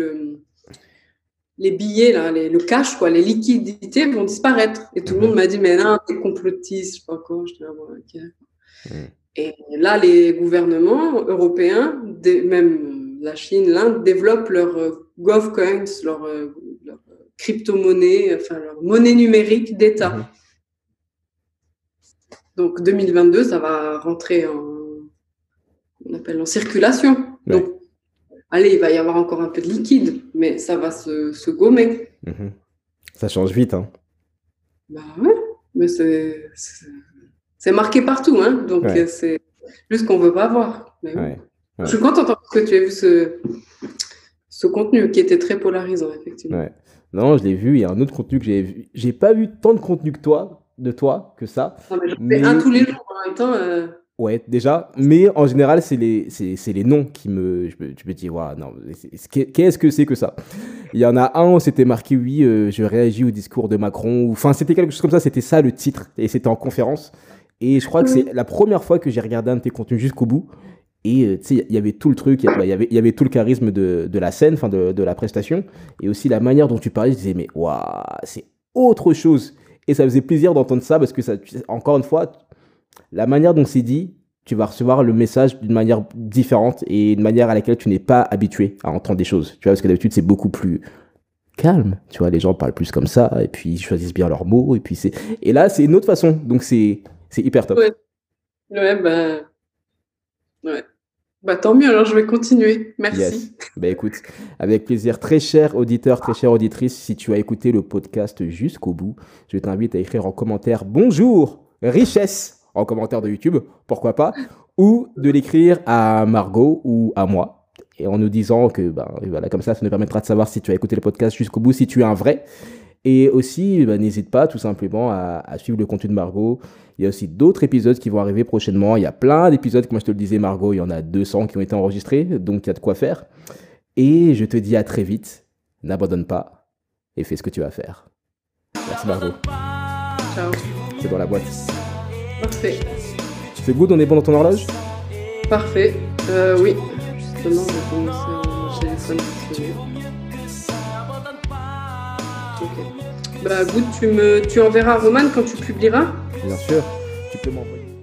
les billets, là, le cash, quoi, les liquidités vont disparaître. Et tout le monde m'a dit, mais non, t'es complotiste, je sais pas quoi. Je dis, ah, bon, ok. Et là, les gouvernements européens, même la Chine, l'Inde, développent leurs GovCoins, leur crypto-monnaie, enfin leur monnaie numérique d'État. Donc 2022, ça va rentrer en circulation. Ouais. Donc, allez, il va y avoir encore un peu de liquide, mais ça va se gommer. Ça change vite, hein. Bah ouais, mais c'est marqué partout, hein. Donc c'est juste qu'on veut pas voir. Mais Ouais. je suis contente que tu aies vu ce contenu qui était très polarisant, effectivement. Ouais. Non, je l'ai vu. Il y a un autre contenu que j'ai vu. J'ai pas vu tant de contenu que toi que ça. Non, mais j'en fais un tous les jours en même temps. Ouais, déjà. Mais en général, c'est les noms qui me. Je me dis, waouh, non, qu'est-ce que c'est que ça? Il y en a un où c'était marqué, oui, je réagis au discours de Macron. Enfin, c'était quelque chose comme ça. C'était ça le titre. Et c'était en conférence. Et je crois que c'est la première fois que j'ai regardé un de tes contenus jusqu'au bout. Et tu sais, il y avait tout le truc, il y avait tout le charisme de la scène, enfin de la prestation. Et aussi la manière dont tu parlais, je disais, mais waouh, c'est autre chose. Et ça faisait plaisir d'entendre ça parce que, ça, encore une fois, la manière dont c'est dit, tu vas recevoir le message d'une manière différente et une manière à laquelle tu n'es pas habitué à entendre des choses. Tu vois, parce que d'habitude, c'est beaucoup plus calme. Tu vois, les gens parlent plus comme ça et puis ils choisissent bien leurs mots. Et là, c'est une autre façon. Donc, c'est hyper top. Ouais, bah tant mieux, alors je vais continuer. Merci. Yes. Bah écoute, avec plaisir. Très cher auditeur, très chère auditrice, si tu as écouté le podcast jusqu'au bout, je t'invite à écrire en commentaire bonjour, richesse, en commentaire de YouTube, pourquoi pas, ou de l'écrire à Margot ou à moi, et en nous disant que, voilà, comme ça nous permettra de savoir si tu as écouté le podcast jusqu'au bout, si tu es un vrai. Et aussi, n'hésite pas tout simplement à suivre le contenu de Margot. Il y a aussi d'autres épisodes qui vont arriver prochainement. Il y a plein d'épisodes, comme je te le disais, Margot, il y en a 200 qui ont été enregistrés, donc il y a de quoi faire. Et je te dis à très vite. N'abandonne pas et fais ce que tu vas faire. Merci Margot. Ciao. C'est dans la boîte. Parfait. C'est good, on est bon dans ton horloge? Parfait. Oui. Justement, je vais commencer mon téléphone qui sonne. Ok. Bah, good, tu enverras à Roman quand tu publieras? Bien sûr. Tu peux m'envoyer.